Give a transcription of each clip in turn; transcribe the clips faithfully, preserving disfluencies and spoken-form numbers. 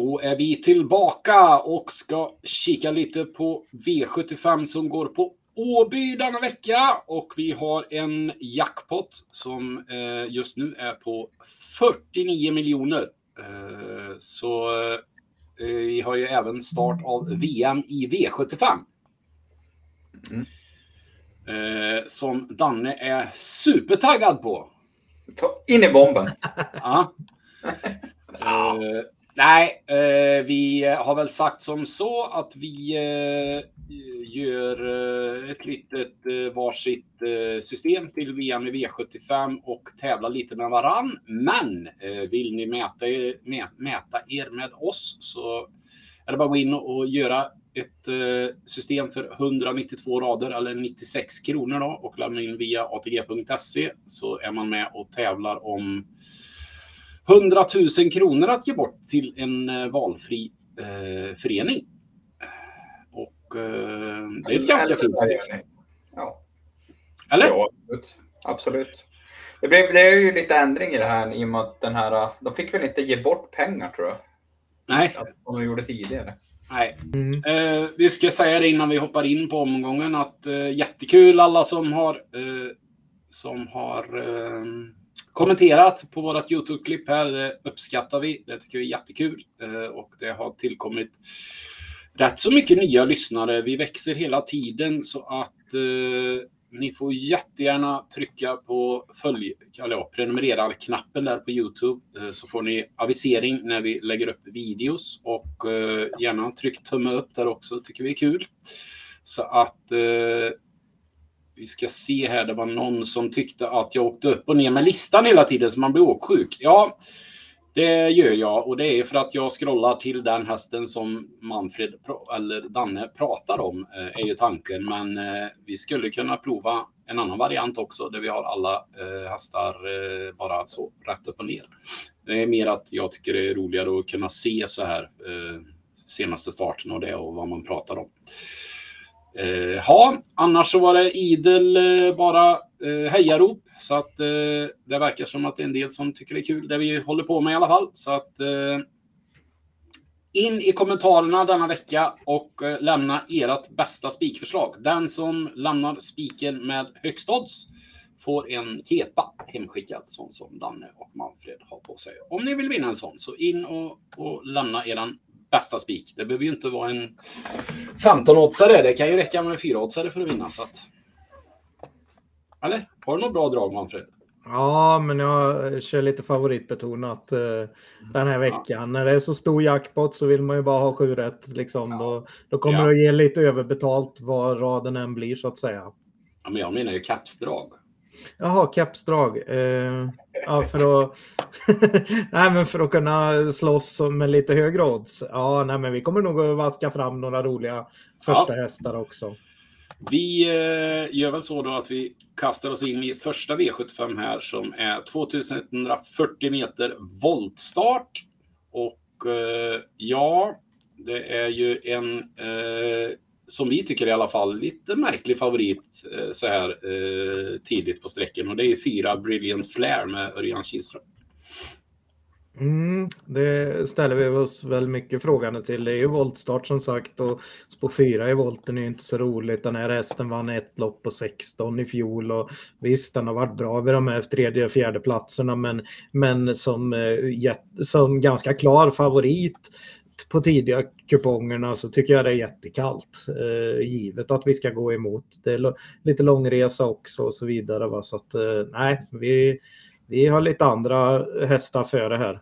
Då är vi tillbaka och ska kika lite på V sjuttiofem som går på Åby denna vecka. Och vi har en jackpot som just nu är på fyrtionio miljoner. Så vi har ju även start av V M i V sjuttiofem. Mm. Som Danne är supertaggad på. Ta in i bomben. Ja. uh, nej, uh, vi har väl sagt som så att vi uh, gör uh, ett litet uh, varsitt uh, system till V M i V sjuttiofem och tävlar lite med varann. Men uh, vill ni mäta, mä, mäta er med oss så är det bara att gå in och göra ett uh, system för etthundranittiotvå rader eller nittiosex kronor då, och lämna in via A T G punkt se, så är man med och tävlar om hundratusen kronor att ge bort till en uh, valfri uh, förening. Och uh, det är ett ganska fint pris. Ja. Eller? Ja, absolut. absolut. Det blev, blev ju lite ändring i det här i och med att den här, de fick väl inte ge bort pengar tror jag. Nej. Alltså, som de gjorde tidigare. Nej. Mm. Eh, vi ska säga det innan vi hoppar in på omgången att eh, jättekul alla som har eh, som har eh, kommenterat på vårat YouTube-klipp här. Det uppskattar vi. Det tycker vi är jättekul. Eh, och det har tillkommit rätt så mycket nya lyssnare. Vi växer hela tiden så att eh, ni får jättegärna trycka på följ, eller ja, prenumerera-knappen där på YouTube, så får ni avisering när vi lägger upp videos, och eh, gärna tryck tumme upp där också, tycker vi är kul. Så att eh, vi ska se här, det var någon som tyckte att jag åkte upp och ner med listan hela tiden så man blir åksjuk. Ja, det gör jag, och det är för att jag scrollar till den hästen som Manfred eller Danne pratar om, är ju tanken. Men eh, vi skulle kunna prova en annan variant också där vi har alla eh, hästar eh, bara så rätt upp och ner. Det är mer att jag tycker det är roligare att kunna se så här eh, senaste starten och det och vad man pratar om. Eh, ja, annars så var det idel eh, bara eh, hejarop, så att eh, det verkar som att det är en del som tycker det är kul det vi håller på med i alla fall. Så att eh, in i kommentarerna denna vecka och eh, lämna ert bästa spikförslag. Den som lämnar spiken med högst odds får en kepa hemskickad, sån som Danne och Manfred har på sig. Om ni vill vinna en sån, så in och, och lämna eran bästa spik. Det behöver ju inte vara en femton-oddsare. Det kan ju räcka med en fyra-oddsare för att vinna. Så att... Eller? Har du något bra drag, Manfred? Ja, men jag kör lite favoritbetonat eh, den här veckan. Ja. När det är så stor jackpot så vill man ju bara ha sju rätt. Liksom. Ja. Då, då kommer ja. det att ge lite överbetalt vad raden än blir, så att säga. Ja, men jag menar ju capsdrag. Jaha, capsdrag. Eh, ja, för att nej, men för att kunna slåss med lite högre odds. Ja, nej, men vi kommer nog att vaska fram några roliga första ja. hästar också. Vi eh, gör väl så då att vi kastar oss in i första V sjuttiofem här, som är tjugoett fyrtio meter voltstart. Och eh, ja, det är ju en eh, som vi tycker i alla fall lite märklig favorit eh, så här eh, tidigt på sträckan, och det är fyra Brilliant Flare med Örjan Kihlström. Mm, det ställer vi oss väl mycket frågande till. Det är ju voltstart som sagt, och spår fyra i volten är ju inte så roligt. Den här hästen vann ett lopp på sexton i fjol, och visst, den har varit bra vid de här tredje och fjärde platserna, men, men som, eh, som ganska klar favorit på tidiga kupongerna så tycker jag det är jättekallt, eh, givet att vi ska gå emot. Det är lite långresa också och så vidare, va? Så att eh, nej, vi Vi har lite andra hästar före här.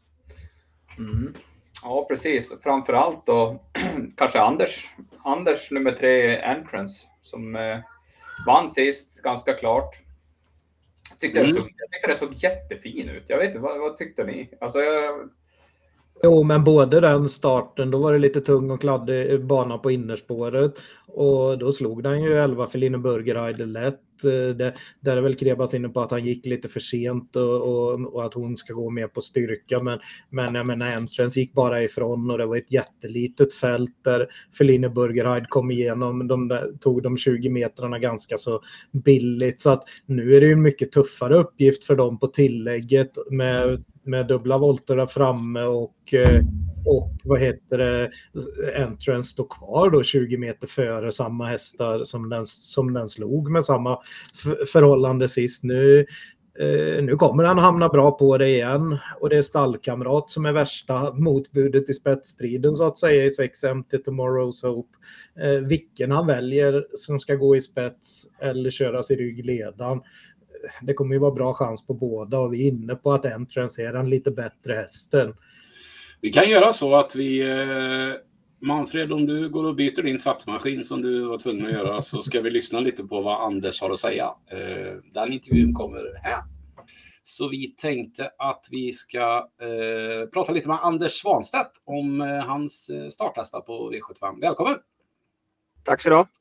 Mm. Ja, precis. Framförallt då kanske Anders, Anders nummer tre Entrance, som eh, vann sist ganska klart. Jag tyckte, mm. det, såg, jag tyckte det såg jättefin ut. Jag vet inte, vad, vad tyckte ni? Alltså jag... Jo, men både den starten, då var det lite tung och kladdig bana på innerspåret, och då slog den ju elva för Linneburger Idle lätt. Det, där är väl Krebas inne på att han gick lite för sent och, och, och att hon ska gå mer på styrka. Men, men jag menar, Entrance gick bara ifrån och det var ett jättelitet fält där Feline Burgerheide kom igenom. De där, tog de tjugo metrarna ganska så billigt. Så att nu är det ju en mycket tuffare uppgift för dem på tillägget med, med dubbla volter där framme och Och vad heter det, Entrance står kvar då tjugo meter före samma hästar som den, som den slog med samma f- förhållande sist. Nu, eh, nu kommer han hamna bra på det igen. Och det är stallkamrat som är värsta motbudet i spetsstriden så att säga i sex M till Tomorrow's Hope. Eh, vilken han väljer som ska gå i spets eller köras i ryggledan. Det kommer ju vara bra chans på båda och vi är inne på att Entrance är den lite bättre hästen. Vi kan göra så att vi, eh, Manfred, om du går och byter din tvättmaskin som du var tvungen att göra så ska vi lyssna lite på vad Anders har att säga. Eh, den intervjun kommer här. Så vi tänkte att vi ska eh, prata lite med Anders Svanstedt om eh, hans starthästar på V sjuttiofem. Välkommen! Tack så mycket.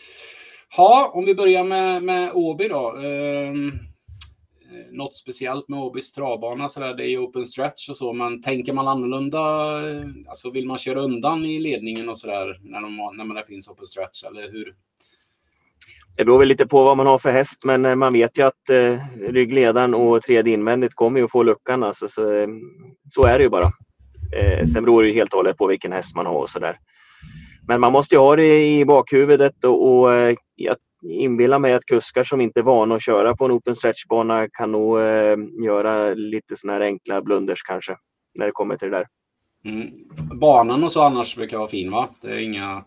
Ja, om vi börjar med, med Åby då. Eh, Något speciellt med Åbys travbana så där, det är open stretch och så, men tänker man annorlunda, alltså vill man köra undan i ledningen och så där när, de, när man det finns open stretch eller hur? Det beror väl lite på vad man har för häst, men man vet ju att eh, ryggledaren och tredje invändigt kommer ju att få luckan, alltså, så, så är det ju bara. Eh, sen beror det ju helt och hållet på vilken häst man har och så där. Men man måste ju ha det i bakhuvudet och, och jag inbillar mig att kuskar som inte är vana att köra på en open stretchbana kan nog eh, göra lite såna här enkla blunders kanske när det kommer till det där. Mm. Banan och så annars brukar vara fin, va? Det är inga...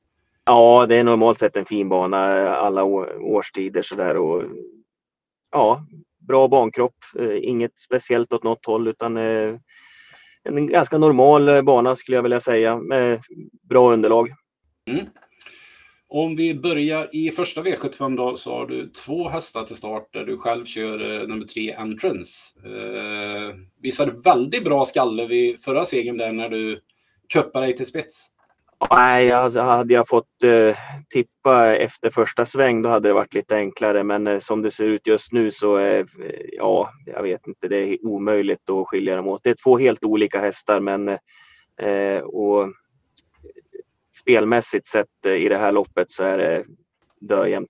Ja, det är normalt sett en fin bana alla årstider så där och ja, bra bankropp, eh, inget speciellt åt något håll utan eh, en ganska normal bana skulle jag vilja säga med bra underlag. Mm. Om vi börjar i första V sjuttiofem då så har du två hästar till start där du själv kör eh, nummer tre Entrance. Eh, visade väldigt bra skalle vid förra segern där när du kuppade dig till spets. Nej, alltså, hade jag fått eh, tippa efter första sväng då hade det varit lite enklare. Men eh, som det ser ut just nu så eh, ja, jag vet inte, det är omöjligt att skilja dem åt. Det är två helt olika hästar men eh, och spelmässigt sett eh, i det här loppet så är det döjämnt.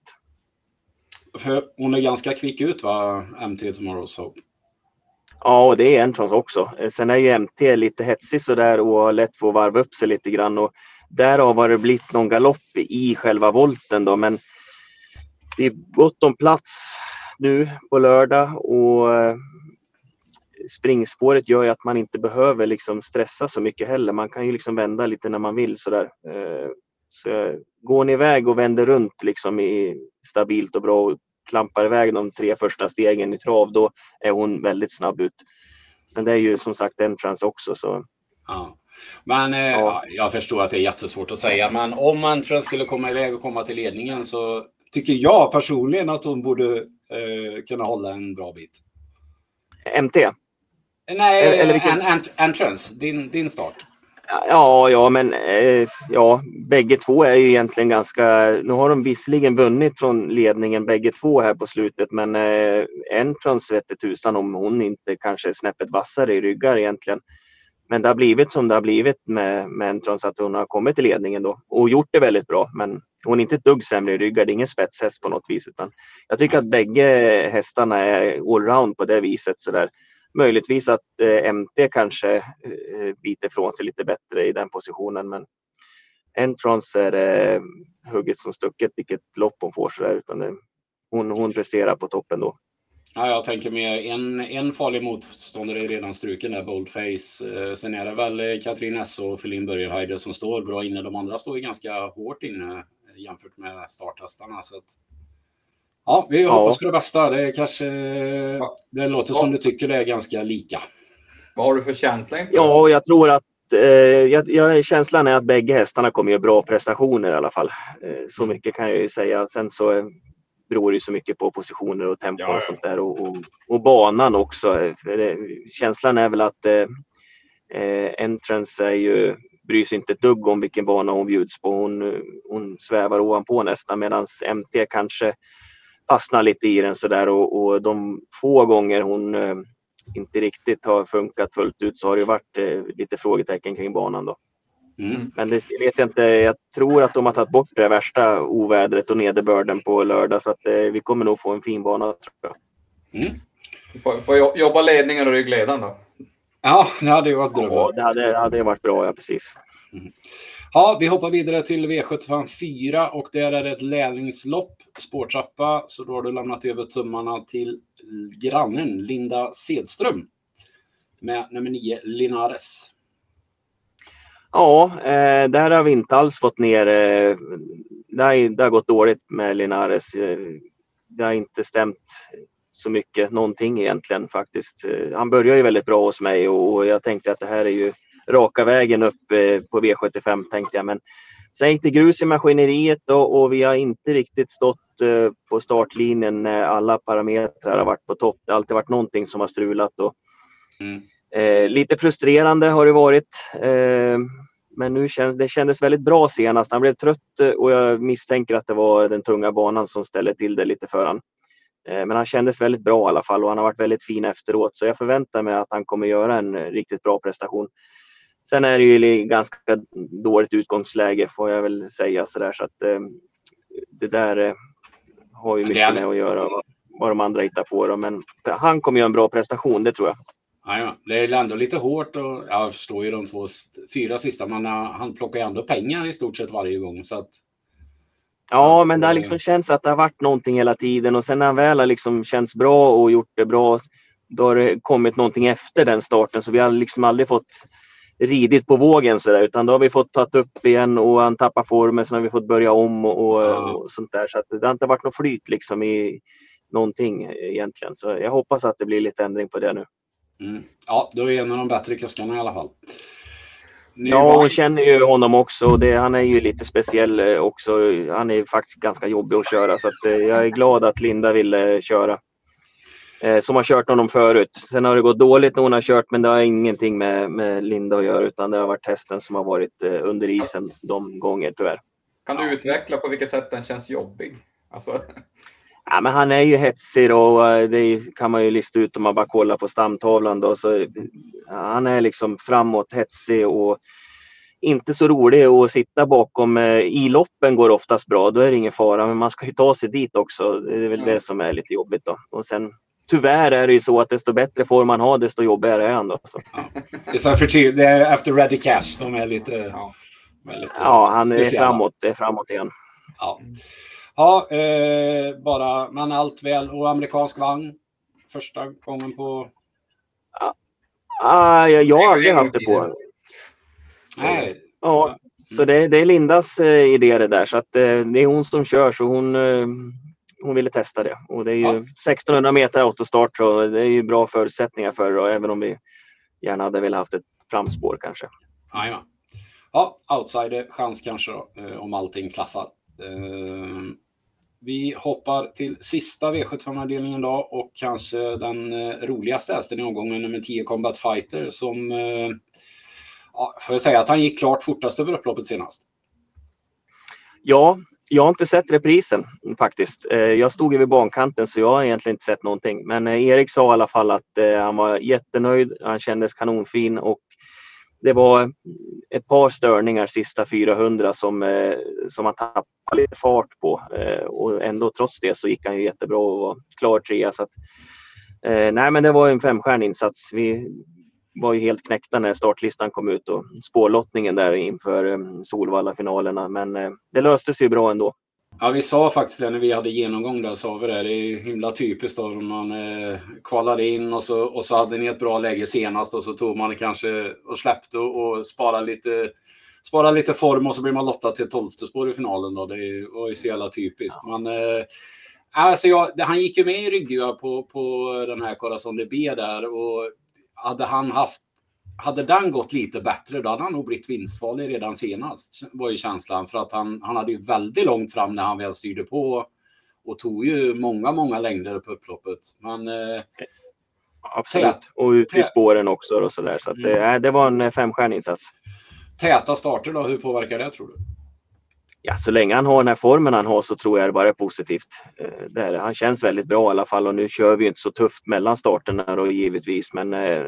För hon är ganska kvick ut, va, M T Tomorrow's Hope? Ja, och det är Entrance också. Sen är ju M T lite hetsig så där och har lätt för att varva upp sig lite grann och därav har det blivit någon galopp i själva volten då, men det är gott om plats nu på lördag och springspåret gör ju att man inte behöver liksom stressa så mycket heller. Man kan ju liksom vända lite när man vill så där. Så går ni iväg och vänder runt liksom i stabilt och bra och klampar iväg de tre första stegen i trav, då är hon väldigt snabb ut. Men det är ju som sagt Entrance också så. Ja. Men eh, ja. Jag förstår att det är jättesvårt att säga, men om Entrance skulle komma iväg och komma till ledningen så tycker jag personligen att hon borde eh, kunna hålla en bra bit. M T? Nej, eller, eller vilken... en, en, Entrance, din, din start. Ja, ja, men eh, ja, bägge två är ju egentligen ganska, nu har de visserligen vunnit från ledningen bägge två här på slutet, men eh, Entrance vet tusan om hon inte kanske är snäppet vassare i ryggar egentligen. Men det har blivit som det har blivit med, med Entrance att hon har kommit till ledningen då och gjort det väldigt bra, men hon är inte ett dugg sämre i ryggar, det är ingen spetshäst på något vis, utan jag tycker att bägge hästarna är allround på det viset så där. Möjligtvis att eh, M T kanske eh, biter från sig lite bättre i den positionen, men Entrance är eh, hugget som stucket vilket lopp hon får så där, utan det, hon, hon presterar på toppen då. Ja, jag tänker med en, en farlig motståndare är redan struken där, Boldface. Eh, sen är det väl Katrin S och Feline Burgerheide som står bra inne. De andra står ju ganska hårt inne jämfört med starthästarna. Så att, ja, vi ja. hoppas på det bästa. Det är kanske, det låter som du tycker det är ganska lika. Vad har du för känsla inför? Ja, jag tror att eh, jag, jag, känslan är att bägge hästarna kommer göra bra prestationer i alla fall. Eh, så mycket kan jag ju säga. Sen så eh, beror det så mycket på positioner och tempo ja, ja. och sånt där. Och, och, och banan också. För det, känslan är väl att eh, Entrance är ju, bryr sig inte ett dugg om vilken bana hon bjuds på. Hon, hon svävar ovanpå nästan. Medan M T kanske fastnar lite i den sådär och, och de få gånger hon eh, inte riktigt har funkat fullt ut så har det varit eh, lite frågetecken kring banan då. Mm. Men det vet jag inte, jag tror att de har tagit bort det värsta ovädret och nederbörden på lördag så att eh, vi kommer nog få en fin bana tror jag. Mm. Vi får, får jobba ledningen och ryggledaren då. Ja, det hade ju varit drömmen. Ja, det hade, det hade varit bra, ja precis. Mm. Ja, vi hoppar vidare till V sjuttiofem fyra och där är det ett lärlingslopp, spårtrappa, så då har du lämnat över tummarna till grannen Linda Sedström med nummer nio Linares. Ja, eh, där har vi inte alls fått ner, eh, det, har, det har gått dåligt med Linares. Eh, det har inte stämt så mycket, någonting egentligen faktiskt. Eh, han börjar ju väldigt bra hos mig och, och jag tänkte att det här är ju raka vägen upp eh, på V sjuttiofem tänkte jag. Men sen gick det grus i maskineriet och, och vi har inte riktigt stått eh, på startlinjen när alla parametrar har varit på topp. Det har alltid varit någonting som har strulat och Mm. Eh, lite frustrerande har det varit. Eh, men nu känns, det kändes väldigt bra senast. Han blev trött och jag misstänker att det var den tunga banan som ställde till det lite för han. Eh, men han kändes väldigt bra i alla fall och han har varit väldigt fin efteråt. Så jag förväntar mig att han kommer göra en riktigt bra prestation. Sen är det ju ganska dåligt utgångsläge får jag väl säga sådär. Så att eh, det där eh, har ju mycket med att göra vad, vad de andra hittar på. Då. Men han kommer göra en bra prestation, det tror jag. Ja, det är ändå lite hårt och jag förstår ju de två, fyra sista, men han plockar ju ändå pengar i stort sett varje gång. Så att, ja, så men det har liksom känts att det har varit någonting hela tiden och sen när han väl har liksom känts bra och gjort det bra, då har det kommit någonting efter den starten så vi har liksom aldrig fått ridit på vågen så där, utan då har vi fått ta upp igen och han tappar formen, sen har vi fått börja om och, och, ja. och sånt där så att det har inte varit något flyt liksom i någonting egentligen så jag hoppas att det blir lite ändring på det nu. Mm. Ja, då är en av de bättre kuskarna i alla fall. Ni ja, var... hon känner ju honom också. Det, han är ju lite speciell också. Han är faktiskt ganska jobbig att köra så att, eh, jag är glad att Linda ville köra. Eh, som har kört honom förut. Sen har det gått dåligt när hon har kört men det har ingenting med, med Linda att göra utan det har varit hästen som har varit eh, under isen de gånger tyvärr. Kan du utveckla på vilket sätt den känns jobbig? Alltså... Ja, men han är ju hetsig och det kan man ju lista ut om man bara kollar på stamtavlan då. Så, han är liksom framåt, hetsig och inte så rolig att sitta bakom. I loppen går oftast bra, då är det ingen fara. Men man ska ju ta sig dit också. Det är väl mm. det som är lite jobbigt då. Och sen tyvärr är det ju så att desto bättre får man ha, desto jobbigare är han då. Så. Ja. Det är så för ty- det är efter Ready Cash, de är lite... Ja, väldigt, ja han är speciella. framåt, det är framåt igen. Ja. Ja, eh, bara, men allt väl. Och amerikansk vagn första gången på... Ja, ah, jag, jag har aldrig haft det på. Nej. Ja, så det, det är Lindas eh, idé det där. Så att eh, det är hon som kör så hon, eh, hon ville testa det. Och det är ju ja. sextonhundra meter autostart så det är ju bra förutsättningar för det. Och även om vi gärna hade velat haft ett framspår kanske. Ja, ja, outsider chans kanske då, eh, om allting klaffar. Eh, vi hoppar till sista V sjuttiofem-avdelningen då och kanske den eh, roligaste hästen i omgången nummer tio Combat Fighter som eh, ja, får jag säga att han gick klart fortast över upploppet senast. Ja, jag har inte sett reprisen faktiskt. Eh, jag stod över bankanten så jag har egentligen inte sett någonting. Men eh, Erik sa i alla fall att eh, han var jättenöjd, han kändes kanonfin och det var ett par störningar sista fyrahundra som, eh, som han tappade lite fart på. Eh, och ändå trots det så gick han ju jättebra och var klar trea. Så att, eh, nej men det var en femstjärnig insats. Vi var ju helt knäckta när startlistan kom ut och spårlottningen där inför eh, Solvalla-finalerna. Men eh, det löste sig ju bra ändå. Ja, vi sa faktiskt det när vi hade genomgång där, sa vi det. Det är himla typiskt då om man eh, kvalade in och så, och så hade ni ett bra läge senast och så tog man kanske och släppte och, och sparade lite, sparade lite form och så blir man lottad till tolfte spår i finalen då. Det var ju så jävla typiskt. Ja. Men eh, alltså jag, det, han gick ju med i ryggiga på, på den här Corazon de B där och hade han haft Hade den gått lite bättre då hade han nog blivit vinstfarlig redan senast, var ju känslan. För att han, han hade ju väldigt långt fram när han väl styrde på och tog ju många, många längder på upploppet. Men, eh, absolut, tät, och ut i spåren också och sådär. Så att, mm. det, det var en femstjärnig insats. Täta starter då, hur påverkar det tror du? Ja, men, eh, täta starter då, hur påverkar det tror du? Ja, så länge han har den här formen han har så tror jag det bara är positivt. Eh, det är, han känns väldigt bra i alla fall och nu kör vi inte så tufft mellan starterna då givetvis, men eh,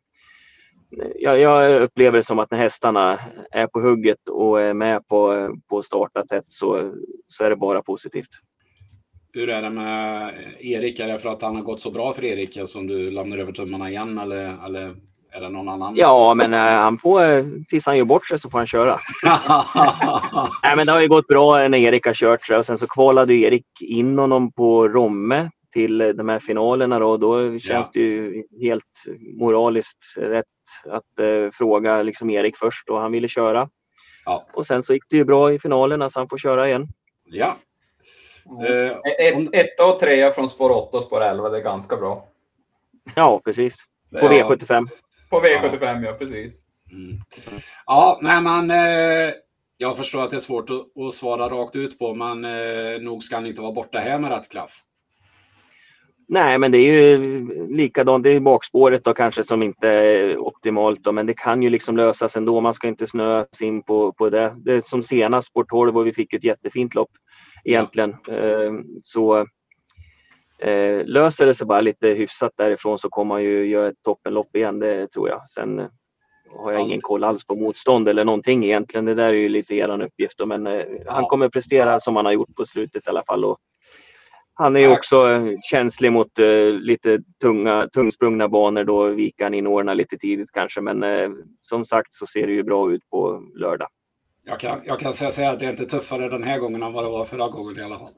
jag, jag upplever det som att när hästarna är på hugget och är med på, på starta tätt så, så är det bara positivt. Hur är det med Erik? Är det för att han har gått så bra för Erik som du lämnar över tummarna igen eller, eller är det någon annan? Ja, men äh, han får, tills han gör bort sig så får han köra. Nej, men det har ju gått bra när Erik har kört sig och sen så kvalade Erik in honom på Romme till de här finalerna då. Då känns ja. det ju helt moraliskt rätt att äh, fråga liksom Erik först och han ville köra. Ja. Och sen så gick det ju bra i finalerna så han får köra igen. Ja. Mm. Ett, ett och trea från spår åtta och spår elva, det är ganska bra. Ja, precis. På ja. V sjuttiofem. På V sjuttiofem, ja, ja precis. Mm. Ja, nej men eh, jag förstår att det är svårt att, att svara rakt ut på, men eh, nog ska han inte vara borta här med rätt klaff. Nej, men det är ju likadant. Det är bakspåret då kanske som inte är optimalt då, men det kan ju liksom lösas ändå. Man ska inte snöas in på, på det. Det är som senast spår tolv och vi fick ett jättefint lopp egentligen. Ja. Eh, så eh, löser det sig bara lite hyfsat därifrån så kommer man ju göra ett toppenlopp igen, det tror jag. Sen eh, har jag ingen koll alls på motstånd eller någonting egentligen. Det där är ju lite eran uppgift då, men eh, ja. han kommer prestera som han har gjort på slutet i alla fall. Och han är ju också eh, känslig mot eh, lite tunga, tungsprungna banor då vika han in årorna lite tidigt kanske, men eh, som sagt så ser det ju bra ut på lördag. Jag kan, jag kan säga att det är inte tuffare den här gången än vad det var förra gången i alla fall.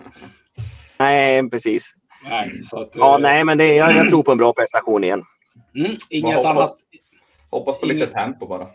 Nej, precis. Nej, så att, ja, nej, men det, jag, jag tror på en bra prestation igen. Mm, inget hoppas, annat. Hoppas på lite tempo bara.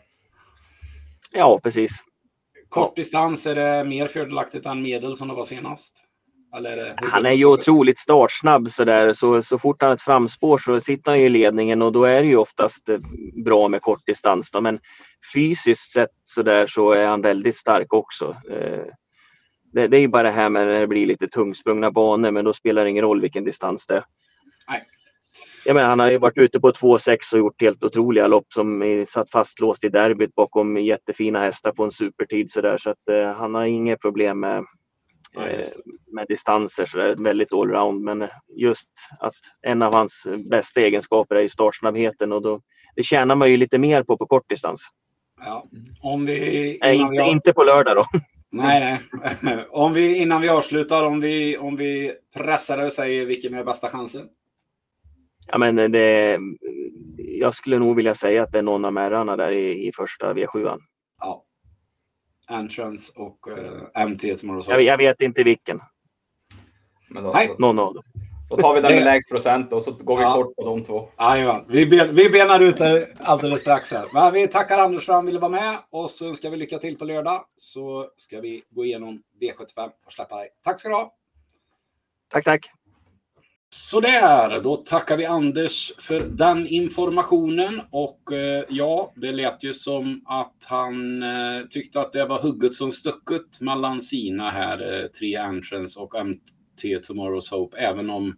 Ja, precis. Kort distans, är det mer fördelaktigt än medel som det var senast? Eller är det han är ju otroligt startsnabb så där. Så, så fort han har ett framspår så sitter han ju i ledningen och då är det ju oftast bra med kort distans då. Men fysiskt sett så där så är han väldigt stark också. Det, det är ju bara det här med när det blir lite tungsprungna banor, men då spelar det ingen roll vilken distans det är. Nej. Jag menar, han har ju varit ute på två sex och gjort helt otroliga lopp som är satt fastlåst i derbyt bakom jättefina hästar på en supertid så där. Så att eh, han har inga problem med Ja, med distanser så det är väldigt allround, men just att en av hans bästa egenskaper är ju startsnabbheten och då det tjänar man ju lite mer på på kort distans. Ja, om vi nej, inte, vi... inte på lördag då. Nej, nej. Om vi innan vi avslutar om vi om vi pressar och säger vilken är bästa chansen? Ja, men det jag skulle nog vilja säga att det är någon av märrarna där i, i första V sju. Ja. Entrance och uh, M T Tomorrow's Hope. Jag, jag vet inte vilken. Men då, Nej. Då, någon av dem. Då tar vi den med lägst procent och så går vi ja. kort på de två. Ja, vi, ben, vi benar ut det alldeles strax här. Men vi tackar Anders för att han ville vara med och så ska vi lycka till på lördag. Så ska vi gå igenom V sjuttiofem och släppa dig. Tack ska du ha. Tack, tack. Så där, då tackar vi Anders för den informationen och eh, ja, det lät ju som att han eh, tyckte att det var hugget som stucket mellan sina här eh, tre Entrance och M T Tomorrow's Hope, även om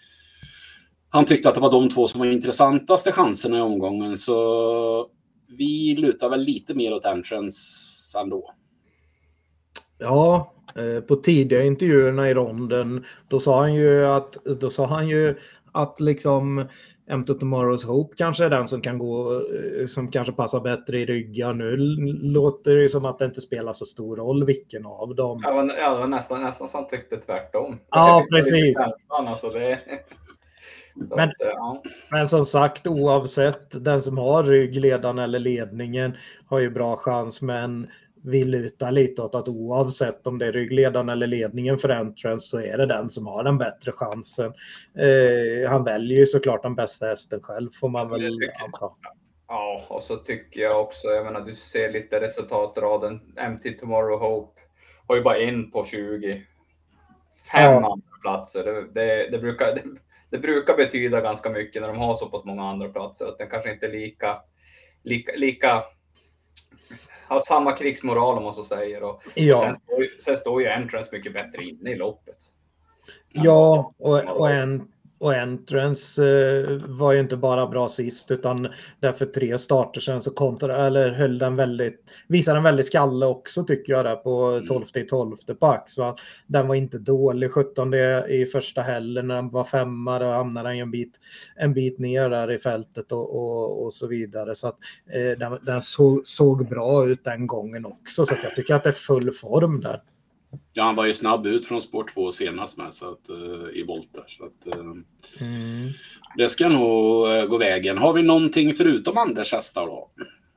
han tyckte att det var de två som var intressantaste chanserna i omgången, så vi lutar väl lite mer åt Entrance ändå. Ja, på tidiga intervjuerna i ronden då sa han ju att då sa han ju att liksom M T Tomorrow's Hope kanske är den som kan gå som kanske passar bättre i ryggar. Nu låter det som att det inte spelar så stor roll vilken av dem. Ja, men, ja, nästan nästan som tyckte tvärtom. Ja, precis. Alltså det Men, att, ja. men som sagt, oavsett den som har ryggledaren eller ledningen har ju bra chans, men vi lutar lite åt att oavsett om det är ryggledaren eller ledningen för Entrance så är det den som har den bättre chansen. Eh, han väljer ju såklart den bästa hästen själv, får man väl anta. Ja, och så tycker jag också, jag menar du ser lite resultatraden, M T Tomorrow Hope har ju bara in på tjugo. Fem ja. andra platser. Det, det, det, brukar, det, det brukar betyda ganska mycket när de har så pass många andra platser. Att den kanske inte är lika, lika, lika har samma krigsmoral om man så säger. Och, ja. och sen, står, sen står ju Entrance mycket bättre inne i loppet. Ja, och, och en, Och Entrance eh, var ju inte bara bra sist, utan därför tre starter sen så kontra, eller höll den väldigt, visade en väldigt skalle också tycker jag där på tolfte i tolfte på Ax. Va? Den var inte dålig, sjuttonde i första heller när den var femma, då hamnade den en bit, en bit ner där i fältet och, och, och så vidare. Så att eh, den, den så, såg bra ut den gången också, så att jag tycker att det är full form där. Ja, han var ju snabb ut från sport två senast med så att, uh, i volter. Så att, uh, mm. Det ska nog uh, gå vägen. Har vi någonting förutom Anders hästar då?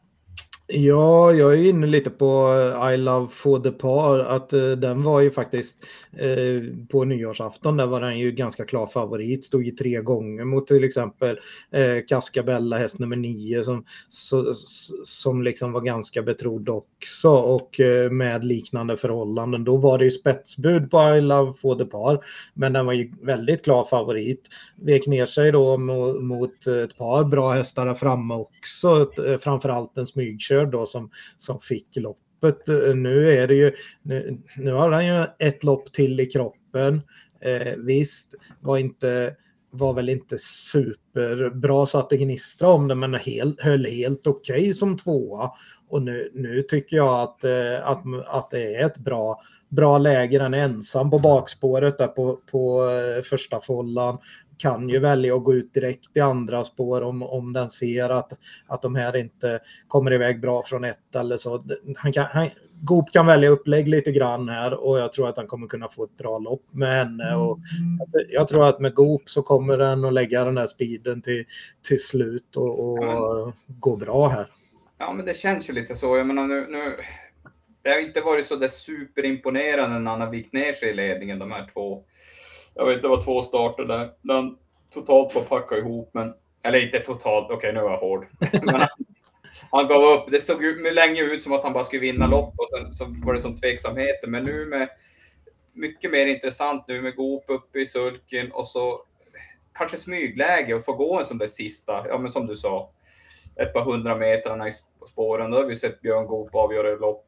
Ja, jag är inne lite på I Love for the Par, att uh, den var ju faktiskt uh, på nyårsafton, där var den ju ganska klar favorit, stod ju tre gånger mot till exempel uh, Cascabella, häst nummer nio som, så, som liksom var ganska betrodd också, och uh, med liknande förhållanden. Då var det ju spetsbud på I Love for the Par, men den var ju väldigt klar favorit. Vek ner sig då mot, mot ett par bra hästar där framme också, uh, framförallt en smygkör då som, som fick loppet. Nu är det ju nu, nu har han ju ett lopp till i kroppen. Eh, visst var inte var väl inte superbra så att det gnistra om det, men helt, höll helt okej okay som tvåa. Och nu, nu tycker jag att, eh, att, att det är ett bra bra läge. Den är ensam på bakspåret där på, på eh, första follan. Kan ju välja att gå ut direkt i andra spår om, om den ser att, att de här inte kommer iväg bra från ett eller så. Han kan, han, Goop kan välja upplägg lite grann här, och jag tror att han kommer kunna få ett bra lopp med henne. Och jag tror att med Goop så kommer den att lägga den här speeden till, till slut och, och ja, gå bra här. Ja, men det känns ju lite så. Jag menar, nu, nu, det har inte varit så där superimponerande när han har vikt ner sig i ledningen, de här två. Jag vet, det var två starter där, där han totalt får packa ihop, men, eller inte totalt, okej okay, nu var jag hård. Men han, han gav upp, det såg ju länge ut som att han bara skulle vinna lopp, och sen så var det som tveksamheter. Men nu med mycket mer intressant nu med Goop upp i sulken, och så kanske smygläge och få gå en sån där sista, ja men som du sa, ett par hundra metrarna i spåren. Då har vi sett Björn Goop avgöra lopp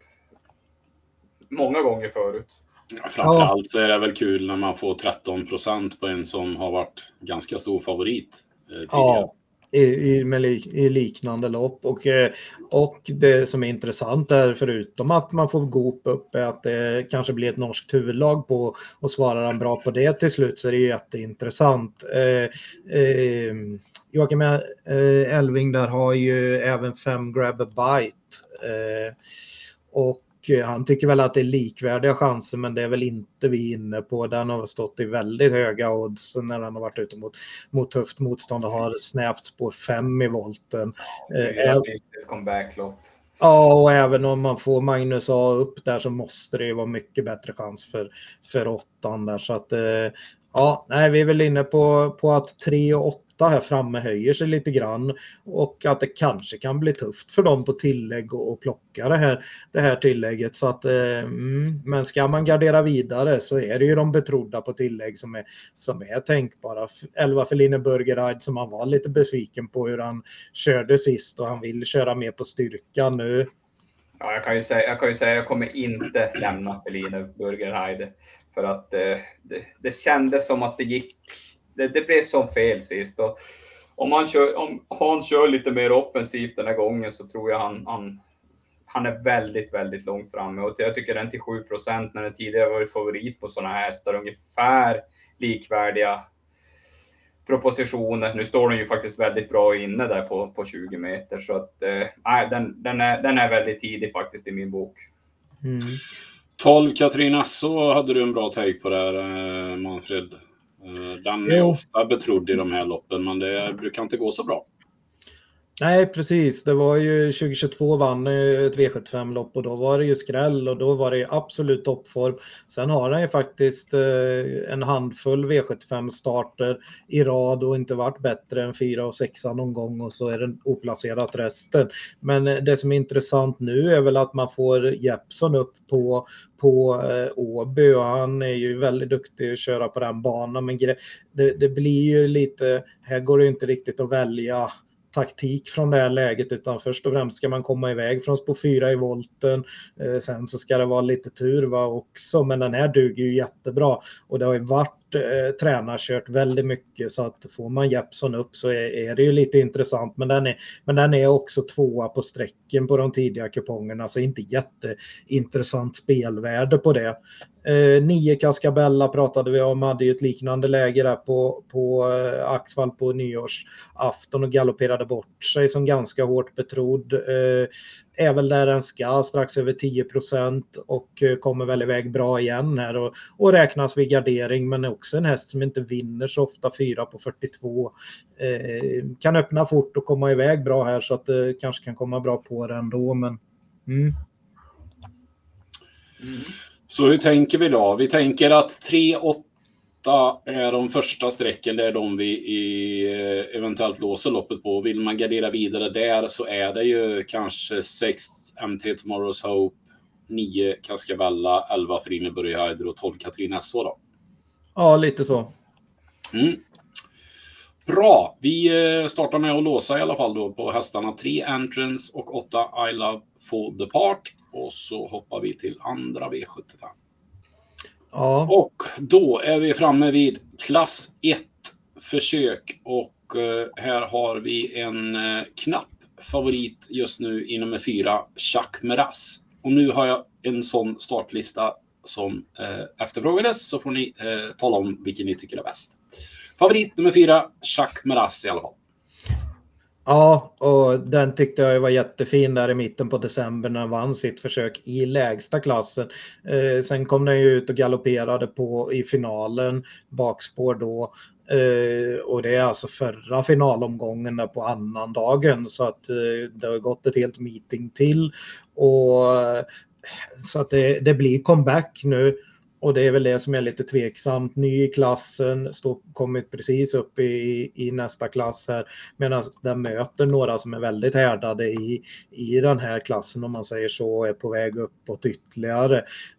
många gånger förut. Ja, framförallt så är det väl kul när man får tretton procent på en som har varit ganska stor favorit eh, tidigare. Ja, i, i, med li, i liknande lopp. Och, och det som är intressant är, förutom att man får Goop upp, är att det kanske blir ett norskt huvudlag på, och svarar han bra på det till slut, så är det jätteintressant. Eh, eh, Joakim eh, Elving där har ju även fem grab a bite. Eh, och han tycker väl att det är likvärdiga chanser, men det är väl inte vi inne på. Den har stått i väldigt höga odds när han har varit ute mot, mot tufft motstånd och har snävt spår fem i volten. Det är ett comeback-lopp. Ja, och även om man får Magnus A upp där så måste det ju vara mycket bättre chans för, för åttan där. Så att ja, nej, vi är väl inne på, på att tre och åtta här framme höjer sig lite grann, och att det kanske kan bli tufft för dem på tillägg och, och plocka det här, det här tillägget. Så att, eh, mm, men ska man gardera vidare så är det ju de betrodda på tillägg som är, som är tänkbara. elva Feline Burgeride, som han var lite besviken på hur han körde sist, och han vill köra mer på styrkan nu. Ja, jag kan ju säga, jag kan ju säga jag kommer inte lämna Feline Burgeride, för att eh, det, det kändes som att det gick Det, det blev så fel sist. Och om han kör, om han kör lite mer offensivt den här gången, så tror jag han, han, han är väldigt, väldigt långt framme. Och jag tycker den till sju procent när den tidigare varit favorit på sådana här hästar, ungefär likvärdiga propositioner. Nu står den ju faktiskt väldigt bra inne där på, på tjugo meter. Så att, eh, den, den, är, den är väldigt tidig faktiskt i min bok. Mm. tolv Katrina, så hade du en bra take på det här, Manfred. Den är ofta betrodd i de här loppen, men det brukar inte gå så bra. Nej, precis. Det var ju tjugo tjugotvå vann ett V sjuttiofem-lopp, och då var det ju skräll, och då var det absolut toppform. Sen har han ju faktiskt en handfull V sjuttiofem-starter i rad och inte varit bättre än fyra och sexa någon gång, och så är den oplacerat resten. Men det som är intressant nu är väl att man får Jeppson upp på på Åby, och han är ju väldigt duktig att köra på den banan, men det, det blir ju lite, här går det inte riktigt att välja taktik från det här läget, utan först och främst ska man komma iväg från spår fyra i volten, eh, sen så ska det vara lite tur va också, men den här duger ju jättebra, och det har ju varit eh, tränarkört väldigt mycket, så att får man Jeppson upp så är, är det ju lite intressant, men den är, men den är också tvåa på sträcken på de tidiga kupongerna, så inte jätteintressant spelvärde på det. Eh, nio Cascabella pratade vi om, hade ju ett liknande läge där på, på eh, Axvall på nyårsafton och galopperade bort sig som ganska hårt betrodd. Eh, är väl där den ska, strax över tio procent, och eh, kommer väl iväg bra igen här och, och räknas vid gardering, men också en häst som inte vinner så ofta, fyra på fyrtiotvå. Eh, kan öppna fort och komma iväg bra här, så att det eh, kanske kan komma bra på den då, men mm. Mm. Så hur tänker vi då? Vi tänker att tre åtta är de första strecken, där de vi i, eventuellt låser loppet på. Vill man gardera vidare där så är det ju kanske sex M T Tomorrow's Hope, nio Cascabella, elva Frineburg Hyder och tolv Katrin S H då. Ja, lite så. Mm. Bra, vi startar med att låsa i alla fall då på hästarna tre Entrance och åtta I Love Fall Depart. Och så hoppar vi till andra V sjuttiofem. Ja. Och då är vi framme vid klass ett försök. Och eh, här har vi en eh, knapp favorit just nu i nummer fyra, Jacques Meras. Och nu har jag en sån startlista som eh, efterfrågades. Så får ni eh, tala om vilken ni tycker är bäst. Favorit nummer fyra, Jacques Meras i alla fall. Ja, och den tyckte jag var jättefin där i mitten på december när han vann sitt försök i lägsta klassen. Eh, sen kom den ju ut och galopperade på i finalen, bakspår då. Eh, och det är alltså förra finalomgången där på annan dagen, så att eh, det har gått ett helt meeting till. Och så att det, det blir comeback nu. Och det är väl det som är lite tveksamt. Ny i klassen, stå, kommit precis upp i, i nästa klass här. Medan den möter några som är väldigt härdade i, i den här klassen, om man säger så, och är på väg uppåt ytterligare.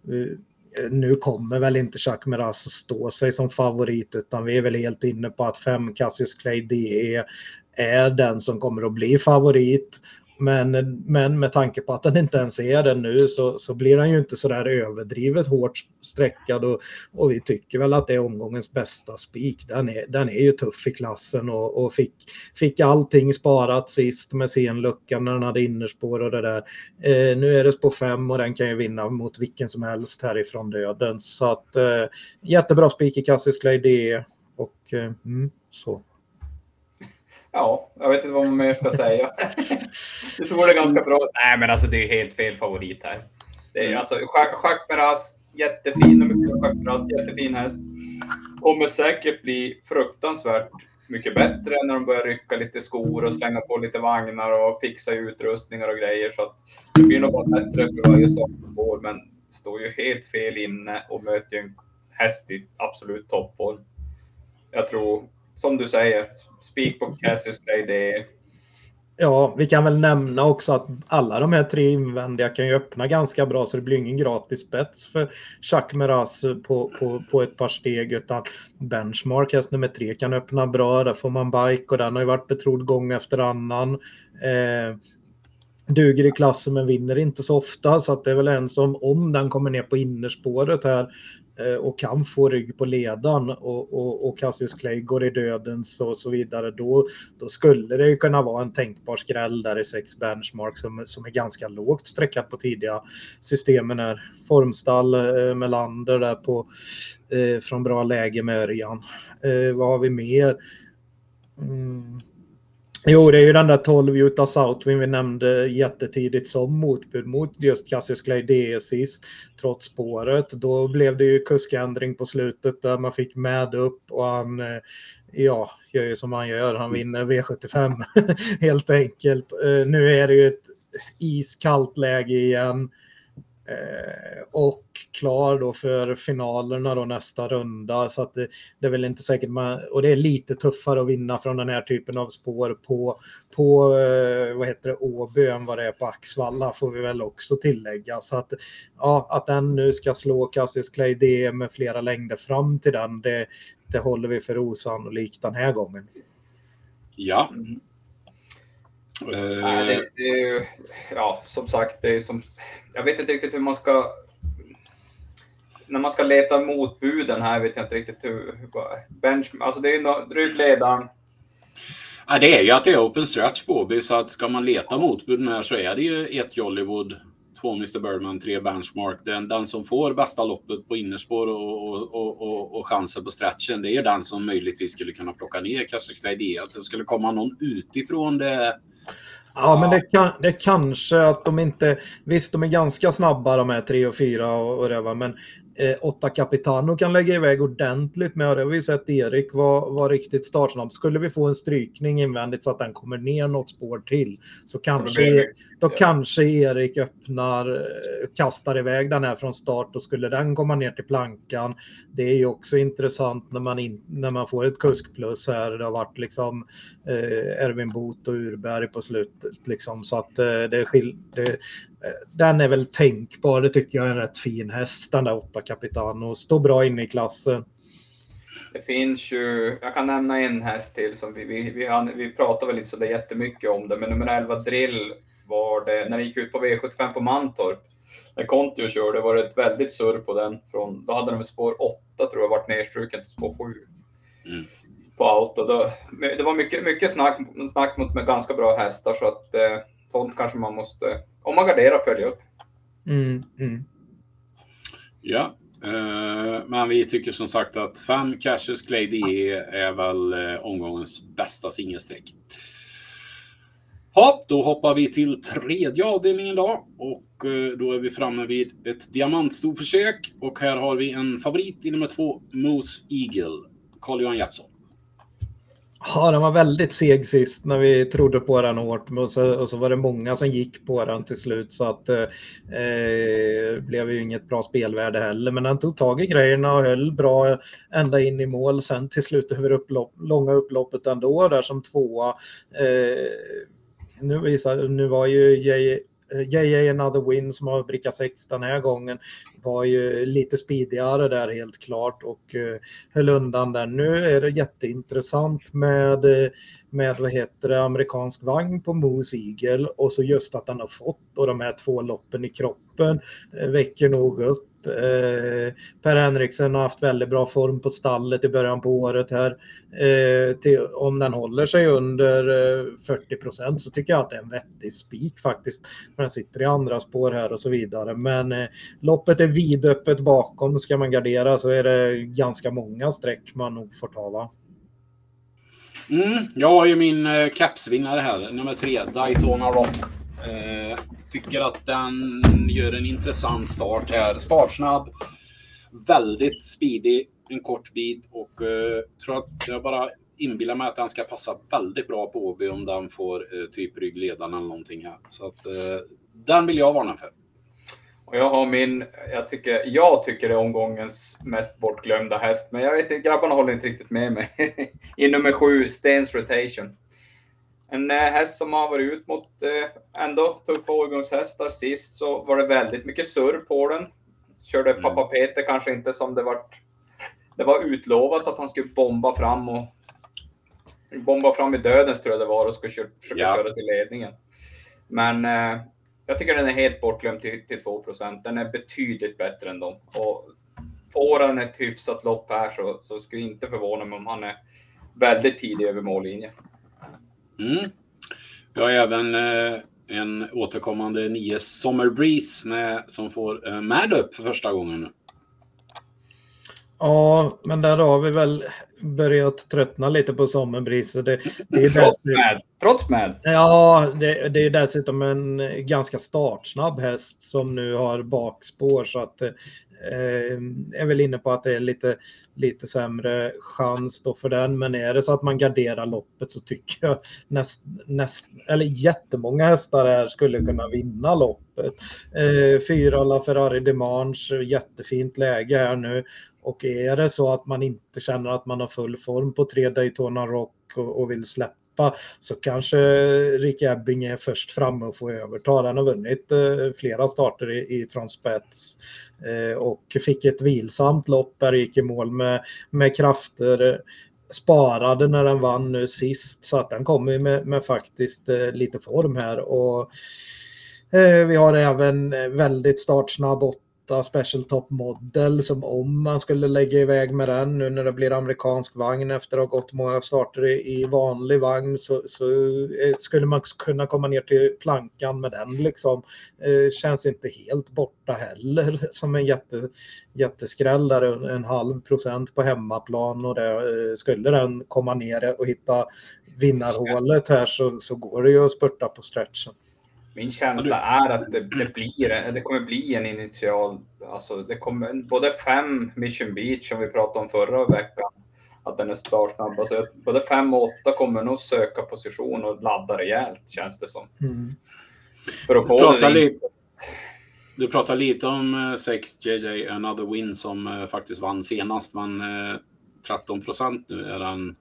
Nu kommer väl inte Jacques Meras att stå sig som favorit, utan vi är väl helt inne på att fem Cassius Clay D E är den som kommer att bli favorit. Men, men med tanke på att den inte ens är den nu, så, så blir den ju inte så där överdrivet hårt sträckad, och, och vi tycker väl att det är omgångens bästa spik. Den är, den är ju tuff i klassen och, och fick, fick allting sparat sist med senluckan när den hade innerspår och det där. Eh, nu är det på fem och den kan ju vinna mot vilken som helst härifrån döden. Så att eh, jättebra spik i Cassius Clay D och eh, mm, så. Ja, jag vet inte vad man mer ska säga. Det tror det är ganska bra. Nej, men alltså det är helt fel favorit här. Det är alltså Jacques Meras, jättefin nummer fyra, Jacques Meras, jättefin häst. Kommer säkert bli fruktansvärt mycket bättre när de börjar rycka lite skor och slänga på lite vagnar och fixa utrustningar och grejer, så att det blir nog bara bättre för varje startspår, men står ju helt fel inne och möter en häst i absolut toppform. Jag tror, som du säger, spik på Cassius Clay, det är... Ja, vi kan väl nämna också att alla de här tre invändiga kan ju öppna ganska bra, så det blir ingen gratis spets för Jacques Meras på, på, på ett par steg, utan Benchmark, häst nummer tre, kan öppna bra. Där får man bike och den har ju varit betrodd gång efter annan. Eh, duger i klassen men vinner inte så ofta, så att det är väl en som, om den kommer ner på innerspåret här och kan få rygg på ledan och, och, och Cassius Clay går i döden så, så vidare, då, då skulle det ju kunna vara en tänkbar skräll där i sex Benchmark som, som är ganska lågt sträckat på tidiga systemen här. Formstall eh, Melander där på, eh, från bra läge med Örjan. Eh, vad har vi mer? Mm. Jo, det är ju den där tolv Utah Southwind vi nämnde jättetidigt som motbud mot just Cassius Clay D E sist, trots spåret. Då blev det ju kuskändring på slutet där man fick med upp och han, ja, gör ju som han gör. Han vinner V sjuttiofem helt enkelt. Nu är det ju ett iskallt läge igen. Och klar då för finalerna då nästa runda, så att det, det är väl inte säkert man, och det är lite tuffare att vinna från den här typen av spår på, på vad heter det, Åby än vad det är på Axvalla, får vi väl också tillägga. Så att, ja, att den nu ska slå Cassius Clay D med flera längder fram till den, det, det håller vi för osannolikt den här gången. Ja. Mm. Uh, Nej, det, det, ja, som sagt, det är som, jag vet inte riktigt hur man ska när man ska leta motbuden här vet jag inte riktigt hur, hur bench, alltså det är ju ryggledaren. Ja, det är ju att det är open stretch Bobby, så att ska man leta motbuden här så är det ju ett Jollywood, två mister Birdman, tre Benchmark. Den, den som får bästa loppet på innerspår och, och, och, och, och chanser på stretchen, det är ju den som möjligtvis skulle kunna plocka ner kanske idé att det skulle komma någon utifrån det. Ja, men det, kan, det kanske att de inte, visst de är ganska snabba de här tre och fyra och, och det var, men eh, åtta Capitano kan lägga iväg ordentligt med, och det har vi sett Erik var, var riktigt startsnabb. Skulle vi få en strykning invändigt så att den kommer ner något spår till, så kanske, då kanske Erik öppnar, kastar iväg den här från start, och skulle den komma ner till plankan, det är ju också intressant när man, in, när man får ett kuskplus här. Det har varit liksom eh, Erwin Bot och Urberg på slutet liksom, så att eh, det är skil, det, den är väl tänkbar. Det tycker jag är en rätt fin häst, den där åtta Capitano, står bra inne i klassen. Det finns ju, jag kan nämna en häst till som vi, vi, vi, han, vi pratar väl inte så det jättemycket om det, men nummer elva Drill var det, när det gick ut på V sjuttiofem på Mantorp, när Kontio körde, var det ett väldigt surr på den, från, då hade de spår åtta tror jag, varit nedstruken till spår sju mm. på auto. Då, det var mycket, mycket snack, snack mot med ganska bra hästar, så att eh, sånt kanske man måste, om man garderar, följa upp. Mm, mm. Ja, eh, men vi tycker som sagt att fem Cassius Clay D är väl eh, omgångens bästa singelsträck. Ja, då hoppar vi till tredje avdelningen då, och eh, då är vi framme vid ett diamantstorförsök, och här har vi en favorit i nummer två, Moose Eagle, Carl-Johan Jeppsson. Ja, den var väldigt seg sist när vi trodde på den hårt, och så, och så var det många som gick på den till slut, så att eh, blev ju inget bra spelvärde heller, men den tog tag i grejerna och höll bra ända in i mål sen till slut över upplopp, långa upploppet ändå där som tvåa. Eh, nu, visar, nu var ju J J A Another Win som har brickat sex den här gången var ju lite speedigare där helt klart, och uh, höll undan där. Nu är det jätteintressant med, med vad heter det, amerikansk vagn på Moose Eagle, och så just att han har fått och de här två loppen i kroppen uh, väcker nog upp. Eh, Per Henriksen har haft väldigt bra form på stallet i början på året här. Eh, till, om den håller sig under eh, fyrtio procent så tycker jag att det är en vettig spik faktiskt. För den sitter i andra spår här och så vidare. Men eh, loppet är vidöppet bakom. Ska man gardera så är det ganska många streck man nog får ta, va? Mm, jag har ju min eh, capsvinnare här, nummer tre, Daytona Rock. Eh, tycker att den gör en intressant start här. Startsnabb, väldigt speedy, en kort bit, och eh, tror att jag bara inbillar mig att den ska passa väldigt bra på Åby om den får eh, typ ryggledaren eller någonting här. Så att eh, den vill jag varna för. Och jag har min, jag tycker, jag tycker det är omgångens mest bortglömda häst, men jag vet inte, grabbarna håller inte riktigt med mig. I nummer sju, Stens Rotation. En äh, häst som har varit ut mot äh, ändå tuffa årgångshästar. Sist så var det väldigt mycket surr på den. Körde mm. pappa Peter kanske inte som det var. Det var utlovat att han skulle bomba fram och bomba fram i dödens tror jag det var, och skulle köra, försöka ja. köra till ledningen. Men äh, jag tycker den är helt bortglömd till, till två procent. Den är betydligt bättre än dem. Och får han ett hyfsat lopp här så, så skulle jag inte förvåna mig om han är väldigt tidig över mållinjen. Mm. Vi har även eh, en återkommande nio Summer Breeze med, som får eh, Mad Up för första gången nu. Ja, men där har vi väl börjat tröttna lite på Summer Breeze. Det, det är Trots Mad. Trots Mad. Ja, det, det är dessutom en ganska startsnabb häst som nu har bakspår, så att eh, är väl inne på att det är lite, lite sämre chans då för den. Men är det så att man garderar loppet så tycker jag näst, näst, eller jättemånga hästar här skulle kunna vinna loppet. Eh, fyra La Ferrari Demange, jättefint läge här nu. Och är det så att man inte känner att man har full form på tre Daytona Rock och, och vill släppa, så kanske Rick Ebbing är först framme och får överta. Den har vunnit eh, flera starter i, i från spets eh, och fick ett vilsamt lopp där, gick i mål med, med krafter, sparade när den vann nu sist, så att den kommer med, med faktiskt eh, lite form här. Och eh, vi har även väldigt startsnabb åtta Special Top Model, som om man skulle lägga iväg med den nu när det blir amerikansk vagn efter att ha gått många starter i, i vanlig vagn, så, så skulle man kunna komma ner till plankan med den liksom. Eh, känns inte helt borta heller som en jätte, jätteskräll där, en halv procent på hemmaplan, och det, eh, skulle den komma ner och hitta vinnarhålet här så, så går det ju att spurta på stretchen. Min känsla är att det, det, blir, det kommer bli en initial, alltså det kommer både fem Mission Beach som vi pratade om förra veckan, att den är startsnabb. Alltså både fem och åtta kommer nog söka position och ladda rejält, känns det som. Mm. För att få det lite, du pratar lite om sex J J Another Win som uh, faktiskt vann senast, men uh, tretton procent nu är den.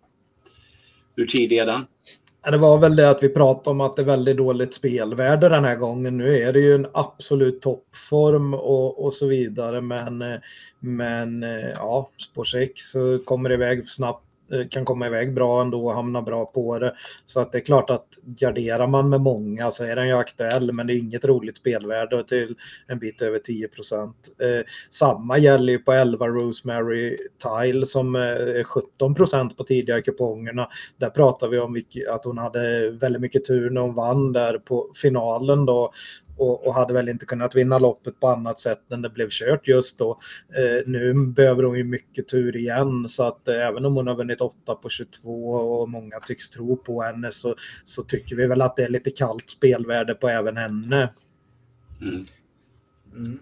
Hur tidig är den? Det var väl det att vi pratade om att det är väldigt dåligt spelvärde den här gången. Nu är det ju en absolut toppform och, och så vidare. Men, men ja, spår sex kommer iväg snabbt, kan komma iväg bra ändå och hamna bra på det. Så att det är klart att garderar man med många så är den ju aktuell, men det är inget roligt spelvärde till en bit över tio procent. Eh, samma gäller ju på elva Rosemary Tile som är sjutton procent på tidiga kupongerna. Där pratar vi om att hon hade väldigt mycket tur när hon vann där på finalen då. Och, och hade väl inte kunnat vinna loppet på annat sätt än det blev kört just då. Eh, nu behöver hon ju mycket tur igen, så att eh, även om hon har vunnit åtta på tjugotvå och många tycks tro på henne, så, så tycker vi väl att det är lite kallt spelvärde på även henne. Mm. Mm.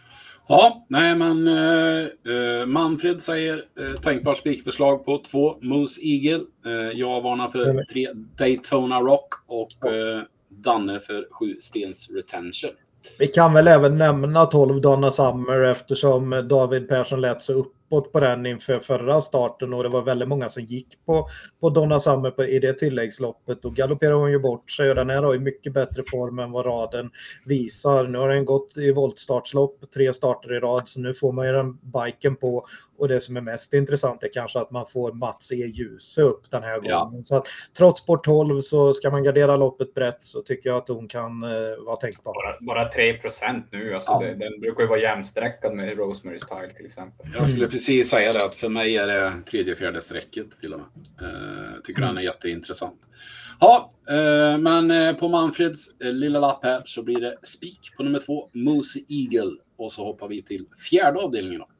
Ja, nej men eh, Manfred säger eh, tänkbart spikförslag på två Moose Eagle. Eh, jag varnar för mm. tre Daytona Rock och eh, Danne för sju Stens Retention. Vi kan väl även nämna tolv Donna Summer eftersom David Persson lät så uppåt på den inför förra starten och det var väldigt många som gick på, på Donna Summer på, i det tilläggsloppet, och galopperade hon ju bort sig, och den här har ju mycket bättre form än vad raden visar. Nu har den gått i voltstartslopp, tre starter i rad, så nu får man ju den biken på, och det som är mest intressant är kanske att man får Mats E. Ljuse upp den här gången. Ja. Så att trots sport tolv så ska man gardera loppet brett, så tycker jag att hon kan uh, vara tänkbar. Bara, bara tre procent nu, alltså ja. det, den brukar ju vara jämnsträckad med Rosemary Style till exempel. Jag skulle precis säga det, att för mig är det tredje fjärde strecket till och med. Uh, tycker mm. den är jätteintressant. Ja, uh, men uh, på Manfreds uh, lilla lapp här så blir det spik på nummer två, Moose Eagle, och så hoppar vi till fjärde avdelningen då.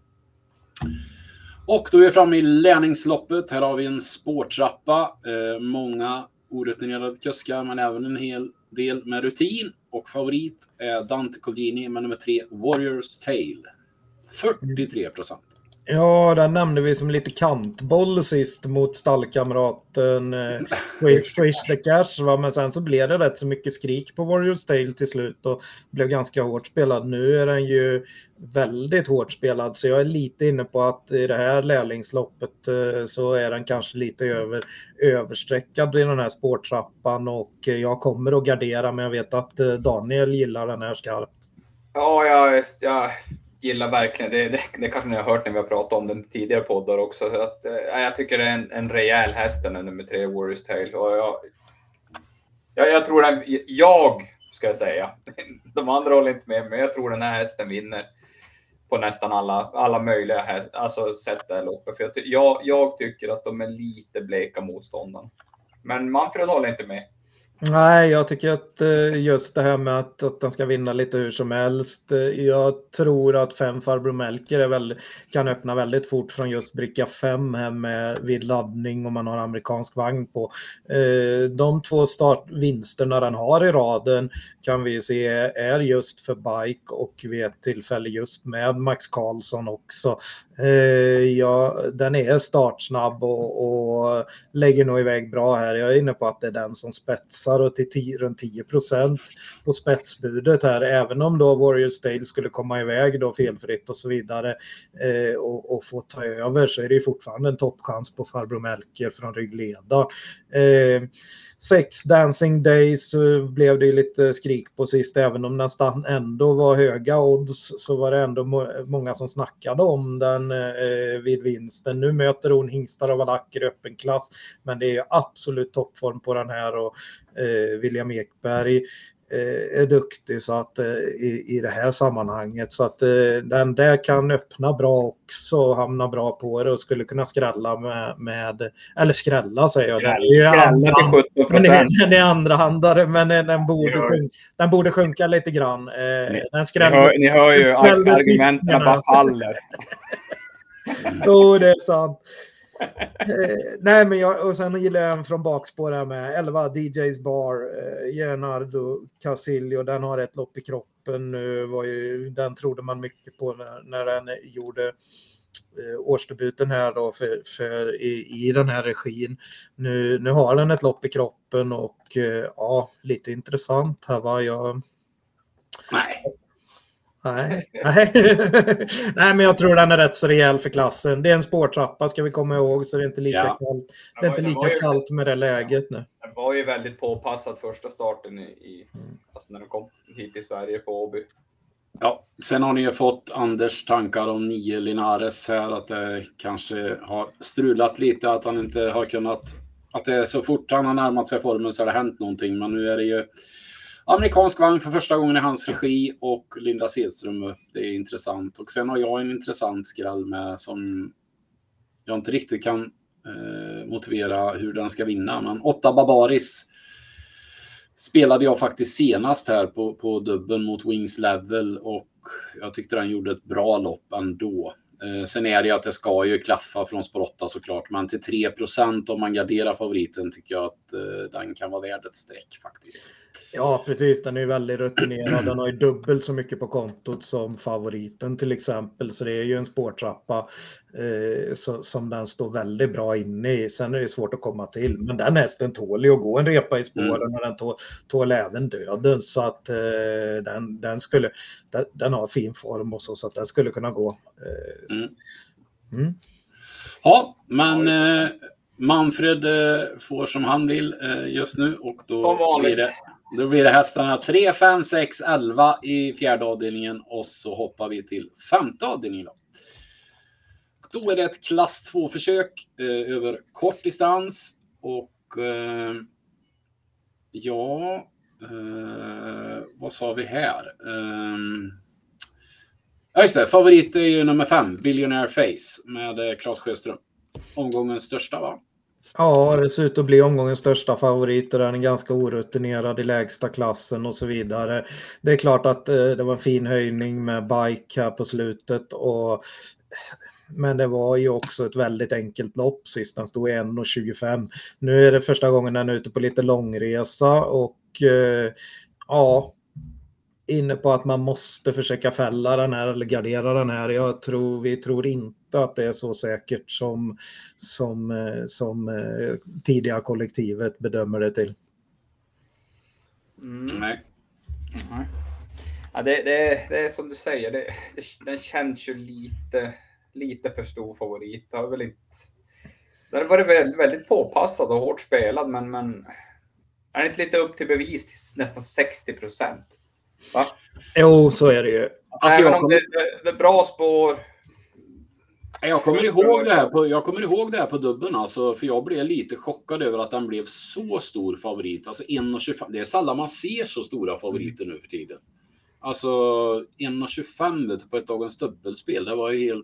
Och då är vi framme i lärningsloppet. Här har vi en spårtrappa, eh, många orutinerade kuskar, men även en hel del med rutin. Och favorit är Dante Colgjini med nummer tre, Warrior's Tale, fyrtiotre procent. Ja, den nämnde vi som lite kantboll sist mot stallkamraten eh, Swish the Cash, va? Men sen så blev det rätt så mycket skrik på Warrior's Tale till slut och blev ganska hårt spelad. Nu är den ju väldigt hårt spelad, så jag är lite inne på att i det här lärlingsloppet eh, så är den kanske lite över, översträckad i den här spårtrappan, och eh, jag kommer att gardera, men jag vet att eh, Daniel gillar den här skarpt. Ja, jag, jag gillar verkligen det, det. Det kanske ni har hört när vi har pratat om den tidigare poddar också. Så att, eh, jag tycker det är en, en rejäl häst, den nummer tre, Warrior's Tale. Och jag, jag, jag tror den, jag ska jag säga, de andra håller inte med, men jag tror den här hästen vinner på nästan alla, alla möjliga häst, alltså sätt där loppet. För jag, jag, jag tycker att de är lite bleka motståndaren. Men Manfred håller inte med. Nej, jag tycker att just det här med att, att den ska vinna lite hur som helst. Jag tror att fem Farbror Melker är väldigt, kan öppna väldigt fort från just bricka fem här med, vid laddning, om man har amerikansk vagn på. De två startvinsterna den har i raden kan vi se är just för bike och vid ett tillfälle just med Max Karlsson också. Ja, den är startsnabb och, och lägger nog iväg bra här. Jag är inne på att det är den som spetsar och till tio, runt tio procent på spetsbudet här. Även om då Warrior's Tale skulle komma iväg då felfritt och så vidare eh, och, och få ta över, så är det fortfarande en toppchans på Farbror Melker från ryggledaren. Eh, sex Dancing Days så blev det lite skrik på sist, även om nästan ändå var höga odds, så var det ändå må- många som snackade om den eh, vid vinsten. Nu möter hon hingstar av Valacker i öppen klass, men det är absolut toppform på den här, och eh, William Ekberg är duktig så att, i, i det här sammanhanget. Så att den där kan öppna bra också, hamna bra på det och skulle kunna skrälla med, med eller skrälla säger jag. Skrälla, skrälla till sjutton procent. Den är andra-handare, men den borde, sjunka, den borde sjunka lite grann. Den skrällde, ni, hör, ni hör ju argumenten bara faller. Jo, oh, det är sant. eh, nej men jag, och sen gillar jag en från bakspår här med elva D J's Bar, eh, Leonardo Casillo, den har ett lopp i kroppen nu, var ju, den trodde man mycket på när, när den gjorde eh, årsdebuten här då för, för i, i den här regin. Nu, nu har den ett lopp i kroppen och eh, ja, lite intressant här var jag. Nej. Nej. Nej. Nej, men jag tror den är rätt så rejäl för klassen. Det är en spårtrappa ska vi komma ihåg, så det är inte lika ja. kallt. Det är inte lika ju, kallt med det läget nu. Det var ju väldigt påpassat första starten i, i mm. alltså när de kom hit i Sverige på Åby. Ja, sen har ni ju fått Anders tankar om nio Linares här, att det kanske har strulat lite, att han inte har kunnat, att det är så fort han har närmat sig formen så har det hänt någonting, men nu är det ju amerikansk vagn för första gången i hans regi och Linda Sedström, det är intressant. Och sen har jag en intressant skräll med som jag inte riktigt kan eh, motivera hur den ska vinna. Men åtta Barbaris spelade jag faktiskt senast här på, på dubben mot Wings Level och jag tyckte den gjorde ett bra lopp ändå. Eh, sen är det ju att det ska ju klaffa från spår åtta såklart, men till tre procent om man garderar favoriten tycker jag att eh, den kan vara värd ett streck faktiskt. Ja, precis. Den är ju väldigt rutinerad. Den har ju dubbelt så mycket på kontot som favoriten till exempel. Så det är ju en spårtrappa eh, så, som den står väldigt bra inne i. Sen är det svårt att komma till. Men den hästen tål ju att gå en repa i spåren mm. och den tål, tål även döden. Så att eh, den, den, skulle, den, den har fin form och så, så att den skulle kunna gå. Eh, mm. Mm. Ja, men... Eh, Manfred eh, får som han vill eh, just nu och då blir, det, då blir det hästarna tre, fem, sex, elva i fjärde avdelningen och så hoppar vi till femte avdelningen då. Då är det ett klass två försök eh, över kort distans och eh, ja eh, vad sa vi här? Eh, ja just det, favorit är ju nummer fem, Billionaire Face med eh, Claes Sjöström. Omgångens största va? Ja, det ser ut att bli omgångens största favorit och den är ganska orutinerad i lägsta klassen och så vidare. Det är klart att eh, det var en fin höjning med bike här på slutet och men det var ju också ett väldigt enkelt lopp sist. Den stod en tjugofem. Nu är det första gången den är ute på lite långresa och eh, ja, inne på att man måste försöka fälla den här eller gardera den här. Jag tror, vi tror inte att det är så säkert som, som, som tidiga kollektivet bedömer det till. Mm. Nej. Mm. Ja, det, det, det är som du säger, det, det, den känns ju lite, lite för stor favorit. Det har väl inte, den har varit väldigt, väldigt påpassad och hårt spelad, men, men är det inte lite upp till bevis till nästan sextio procent? Va? Jo, så är det ju. Alltså, Även jag om det, det är bra spår. Jag kommer, ihåg det här på, jag kommer ihåg det här på dubben alltså, för jag blev lite chockad över att den blev så stor favorit. Alltså en tjugofem, det är sällan man ser så stora favoriter nu för tiden. Alltså en tjugofem på ett dagens dubbelspel, det var ju helt...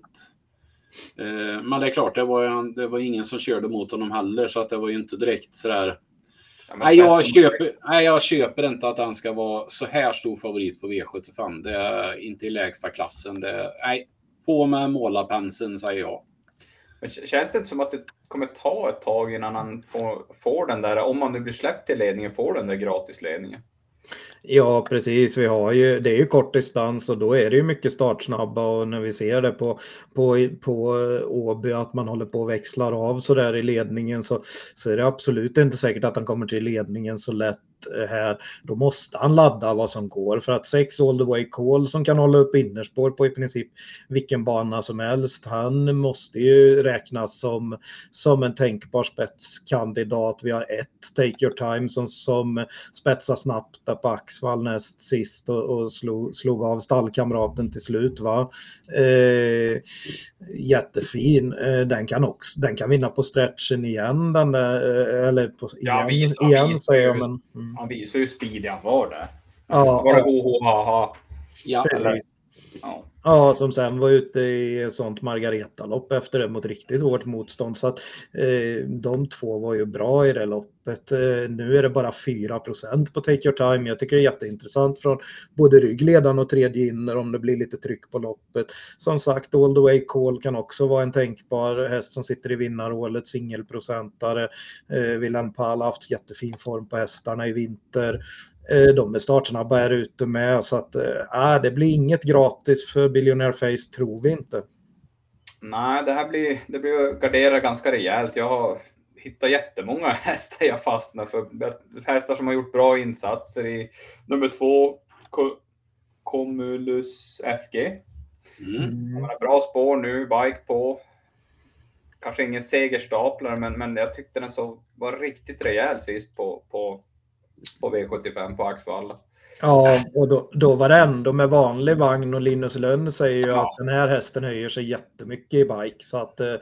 Eh, men det är klart, det var, det var ingen som körde mot honom heller, så att det var ju inte direkt sådär... Ja, nej, jag köper, nej, jag köper inte att han ska vara så här stor favorit på V sjuttiofem. Det är inte i lägsta klassen. Det är, nej, på med målarpenseln säger jag. Men känns det inte som att det kommer ta ett tag innan han får, får den där, om man nu blir släppt till ledningen, får den där gratisledningen? Ja, precis. Vi har ju, det är ju kort distans och då är det ju mycket startsnabba och när vi ser det på, på, på Åby att man håller på och växlar av så där i ledningen så, så är det absolut inte säkert att han kommer till ledningen så lätt här. Då måste han ladda vad som går för att sex all the way call som kan hålla upp innerspår på i princip vilken bana som helst. Han måste ju räknas som, som en tänkbar spetskandidat. Vi har ett Take Your Time som, som spetsar snabbt där på Axvall näst sist och, och slog, slog av stallkamraten till slut va. Eh, jättefin. Eh, den kan också den kan vinna på stretchen igen den där, eller på, igen, ja, visst, igen visst, säger jag men mm. Han visar ju speed han var där. Ja, var det ja. ho, ho, ha, ha. Ja, Precis. Ja. Ja, som sen var ute i ett sånt Margareta-lopp efter det mot riktigt hårt motstånd. Så att eh, de två var ju bra i det loppet. Eh, nu är det bara fyra procent på Take Your Time. Jag tycker det är jätteintressant från både ryggledaren och tredje inner om det blir lite tryck på loppet. Som sagt, All the Way Call kan också vara en tänkbar häst som sitter i vinnarhålet, singelprocentare. Eh, Willem Pall har haft jättefin form på hästarna i vinter. De är startsnabba är ute med, så att äh, det blir inget gratis för Billionaire Face, tror vi inte. Nej, det här blir, det blir att gardera ganska rejält. Jag har hittat jättemånga hästar jag fastnar för. Hästar som har gjort bra insatser i nummer två, Comulus F G. Mm. Man har bra spår nu, bike på. Kanske ingen segerstaplar, men, men jag tyckte den så var riktigt rejäl sist på, på på V sjuttiofem på Axvalla. Ja, och då, då var det ändå med vanlig vagn, och Linus Lönn säger ju Ja. att den här hästen höjer sig jättemycket i bike, så att eh,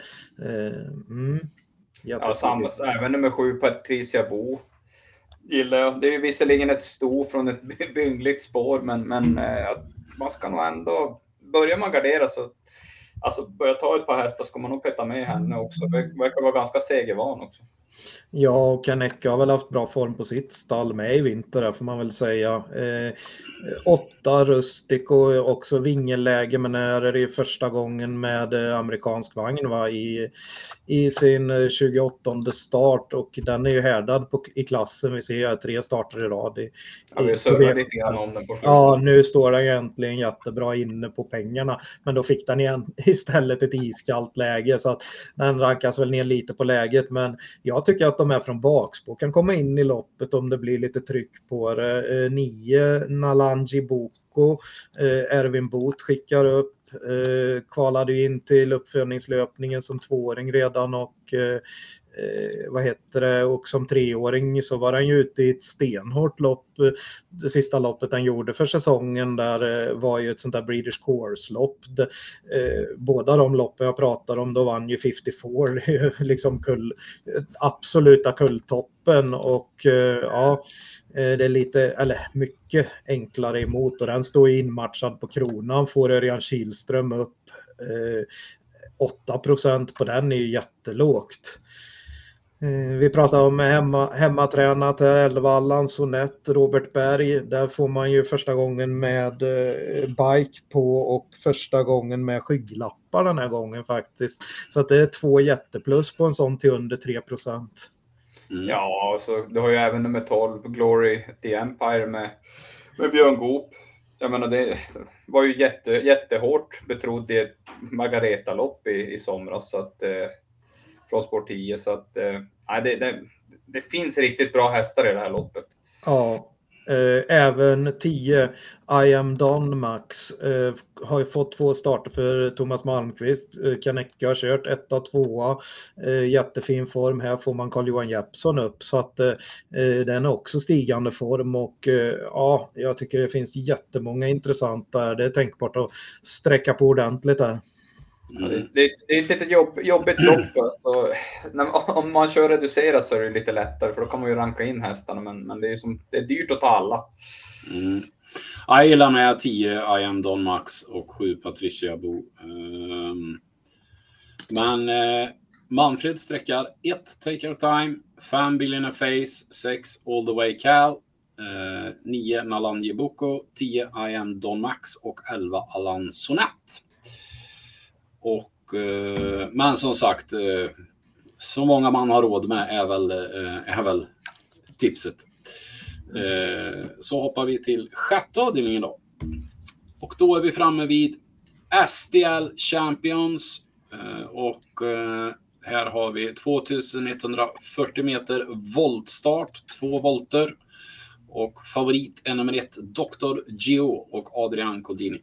mm, ja, samma, även nummer sju Patricia Bo gillar jag. Det är ju visserligen ett sto från ett byngligt spår, men, men eh, man ska nog ändå, börjar man gardera så alltså börja ta ett par hästar ska man nog peta med henne också. Det verkar vara ganska segervan också. Ja, och Kanecka har väl haft bra form på sitt stall med i vinter där, får man väl säga. Eh, åtta Rustic och också vingelläge, men här är det första gången med eh, amerikansk vagn va, i, i sin tjugoåttonde start, och den är ju härdad på, i klassen. Vi ser tre starter i rad. I, ja, vi surrar lite grann om den på slutet. Ja, nu står den egentligen jättebra inne på pengarna, men då fick den igen, istället ett iskallt läge, så att den rankas väl ner lite på läget, men jag tycker att de är från bakspår kan komma in i loppet om det blir lite tryck på det. Eh, nio Nalanji Boko, eh, Erwin Bot skickar upp, eh, kvalade in till uppfödningslöpningen som tvååring redan, och eh, eh, vad heter det, och som treåring så var han ju ute i ett stenhårt lopp. Det sista loppet han gjorde för säsongen där eh, var ju ett sånt där British Course-lopp. Det, eh, båda de loppen jag pratar om, då vann ju femtiofyra, liksom kull, absoluta kulltoppen, och eh, ja, det är lite, eller mycket enklare emot, och den står inmatchad på kronan, får Örjan Kihlström upp. Eh, åtta procent på den är ju jättelågt. Eh, vi pratar om hemma, hemmatränat Älvallan, Sonett, Robert Berg. Där får man ju första gången med eh, bike på, och första gången med skygglappar den här gången faktiskt. Så att det är två jätteplus på en sån till under tre procent. Mm. Ja, så du har ju även nummer tolv, Glory the Empire med, med Björn Goop. Jag menar, det var ju jätte, jättehårt betrodd i ett Margareta-lopp i, i somras, så att, eh, från spår tio. Så att, eh, det, det, det finns riktigt bra hästar i det här loppet. Ja. Eh, även tio I am Don Max eh, har ju fått två starter för Thomas Malmqvist. Eh, Kanecka har kört etta, tvåa. Eh, jättefin form. Här får man Carl-Johan Jeppsson upp. Så att eh, den är också stigande form. Och eh, ja, jag tycker det finns jättemånga intressanta där. Det är tänkbart att sträcka på ordentligt där. Mm. Det, det är ett lite jobb, jobbigt lopp. Alltså, när, om man kör reducerat så är det lite lättare, för då kan man ju ranka in hästarna, men, men det, är som, det är dyrt att ta alla. Mm. Jag gillar med tio I am Don Max och sju Patricia Bo. Um, men uh, Manfred sträckar ett Take Your Time, fem Billionaire Face, sex All the Way Cal, uh, nio Nalanji Boko, tio I am Don Max och elva Allan Sonett. Och, eh, men som sagt, eh, så många man har råd med är väl, eh, är väl tipset. Eh, så hoppar vi till sjätte avdelningen då. Och då är vi framme vid S D L Champions. Eh, och eh, här har vi tvåtusen etthundrafyrtio meter voltstart, två volter. Och favorit är nummer ett, doktor Gio och Adrian Codini.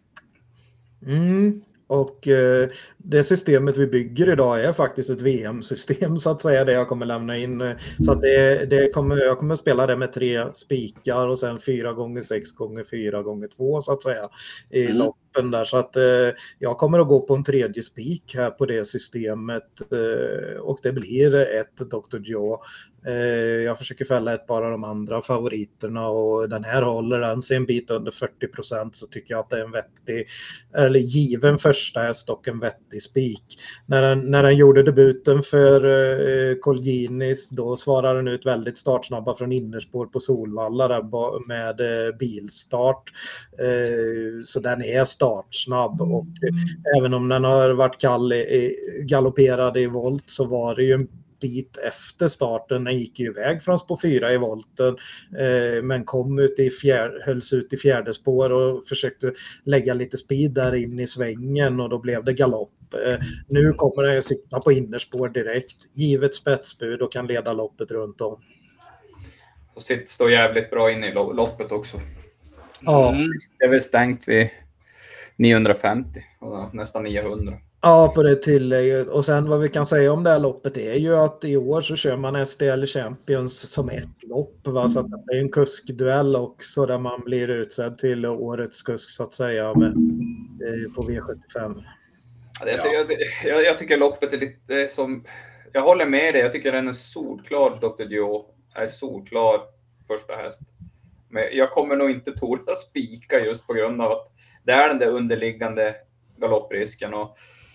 Mm. Och eh, det systemet vi bygger idag är faktiskt ett V M-system, så att säga, det jag kommer lämna in. Så att det, det kommer, jag kommer spela det med tre spikar och sen fyra gånger sex gånger fyra gånger två, så att säga, i Mm. lopp galoppen där, så att eh, jag kommer att gå på en tredje spik här på det systemet eh, och det blir ett doktor Joe. Eh, jag försöker fälla ett par av de andra favoriterna och den här håller den sig en bit under fyrtio procent, så tycker jag att det är en vettig, eller given första häst och en vettig spik. När den, när den gjorde debuten för eh, Colginis, då svarade den ut väldigt startsnabba från innerspår på Solvalla där med eh, bilstart. Eh, så den är startsnabb och eh, även om den har varit kall i, galopperad i volt, så var det ju en bit efter starten. Den gick ju iväg från spår fyra i volten eh, men kom ut i fjär, hölls ut i fjärde spår och försökte lägga lite speed där in i svängen och då blev det galopp. Eh, nu kommer den att sitta på innerspår direkt, givet spetsbud och kan leda loppet runt om. Och sitt står jävligt bra in i loppet också. Ja. Mm. Det är väl stängt vid niohundrafemtio och nästan niohundra. Ja, på det tillägget. Och sen vad vi kan säga om det här loppet är ju att i år så kör man S D L Champions som ett lopp. Va? Så att det är en kuskduell också där man blir utsedd till årets kusk så att säga med, eh, på V sjuttiofem. Jag, jag, jag, jag tycker loppet är lite som... Jag håller med dig. Jag tycker den är solklar. doktor Joe är solklar första häst. Men jag kommer nog inte tora spika just på grund av att det är den där underliggande galopprisken. Och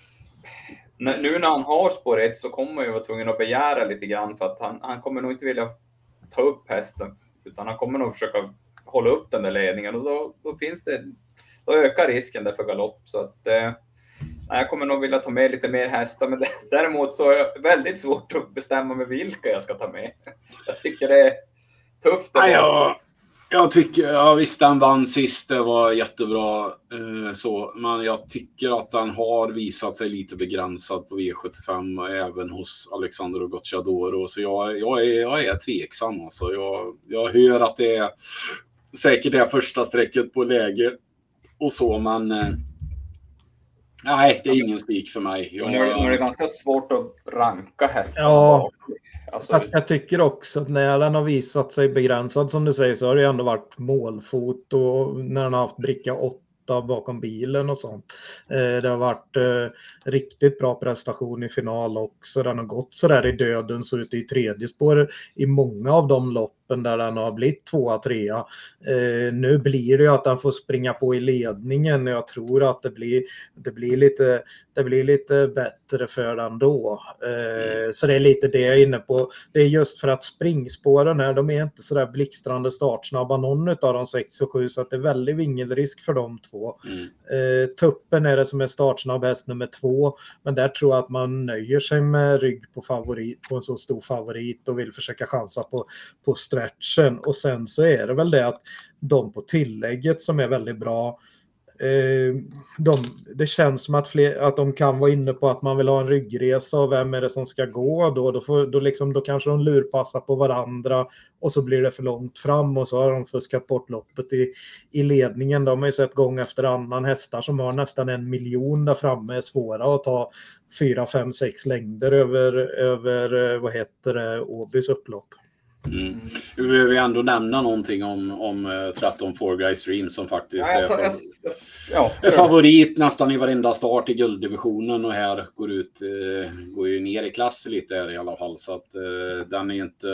nu när han har spår ett så kommer man ju vara tvungen att begära lite grann för att han, han kommer nog inte vilja ta upp hästen utan han kommer nog försöka hålla upp den där ledningen och då, då finns det, då ökar risken där för galopp. Så att eh, jag kommer nog vilja ta med lite mer hästar, men däremot så är det väldigt svårt att bestämma med vilka jag ska ta med. Jag tycker det är tufft. Ja, ja. Jag tycker, ja visst han vann sist, det var jättebra eh, så, men jag tycker att han har visat sig lite begränsad på V sjuttiofem och även hos Alexander Gocciadoro, så jag, jag, är, jag är tveksam alltså. jag, jag hör att det är säkert det första strecket på läge och så, men eh, nej, det är ingen spik för mig. Jag, nu är det ganska svårt att ranka hästar. Ja. Alltså, fast jag tycker också att när den har visat sig begränsad som du säger så har det ändå varit målfot och när den har haft bricka åtta bakom bilen och sånt. Eh, det har varit eh, riktigt bra prestation i final också. Den har gått så där i döden så ute i tredje spår i många av de loppen där den har blivit tvåa, trea. Eh, nu blir det ju att den får springa på i ledningen. Jag tror att det blir, det blir, lite, det blir lite bättre för den då. Eh, så det är lite det jag är inne på. Det är just för att springspåren här, de är inte så där blixtrande startsnabba någon av de sex och sju, så att det är väldigt vingelrisk för de två. Mm. Eh, tuppen är det som är startsnabb häst nummer två, men där tror jag att man nöjer sig med rygg på favorit, på en så stor favorit och vill försöka chansa på, på stretchen. Och sen så är det väl det att de på tillägget som är väldigt bra, eh, de, det känns som att, fler, att de kan vara inne på att man vill ha en ryggresa och vem är det som ska gå då, då, får, då, liksom, då kanske de lurpassar på varandra och så blir det för långt fram och så har de fuskat bort loppet i, i ledningen. De har ju sett gång efter annan hästar som har nästan en miljon där framme är svåra att ta fyra, fem, sex längder över, över vad heter det, Åbys upplopp. Mm. Vi behöver ändå nämna någonting om, om tretton Four Guys Dream som faktiskt ja, alltså, är, jag, jag, är favorit nästan i varenda start i gulddivisionen och här går ut eh, går ju ner i klass lite här i alla fall, så att eh, den är inte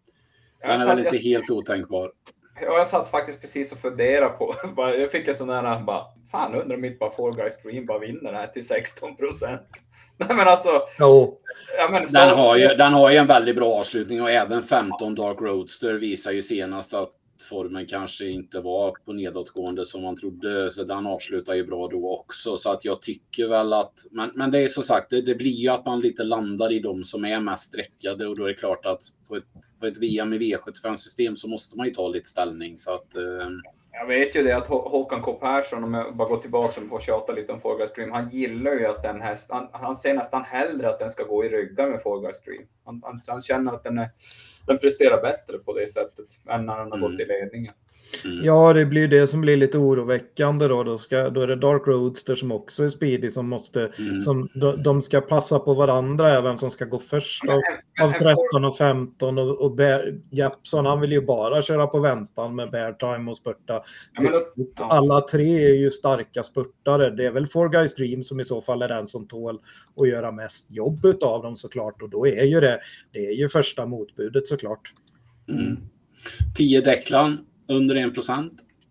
den är satt, väl inte jag, helt otänkbar. Jag satt faktiskt precis och funderade på jag fick en sån där bara, fan undrar om inte bara Four Guys Dream bara vinner det här till sexton procent. Nej men alltså jo. Ja, men så, den, har ju, den har ju en väldigt bra avslutning och även femton Dark Roadster visar ju senast att formen kanske inte var på nedåtgående som man trodde, så den avslutar ju bra då också, så att jag tycker väl att men, men det är så sagt, det, det blir ju att man lite landar i de som är mest sträckade och då är det klart att på ett, på ett V M i V sjuttiofem system så måste man ju ta lite ställning, så att eh, jag vet ju det att Håkan K. Persson, om jag bara går tillbaka och får tjata lite om Four Guys Dream, han gillar ju att den häst, han, han ser nästan hellre att den ska gå i ryggar med Four Guys Dream. Han, han, han känner att den, är, den presterar bättre på det sättet än när den har mm. gått i ledningen. Mm. Ja, det blir det som blir lite oroväckande då. Då, ska, då är det Dark Roadster som också är speedy som måste, Mm. som, de, de ska passa på varandra även som ska gå först av, av tretton och femton och, och Bear, Jeppson, han vill ju bara köra på väntan med Bear Time och spurta. Ja, men då, ja. Alla tre är ju starka spurtare. Det är väl Four Guys Dream som i så fall är den som tål att göra mest jobb utav dem såklart, och då är ju det, det är ju första motbudet såklart. Mm. tio Declan under en procent.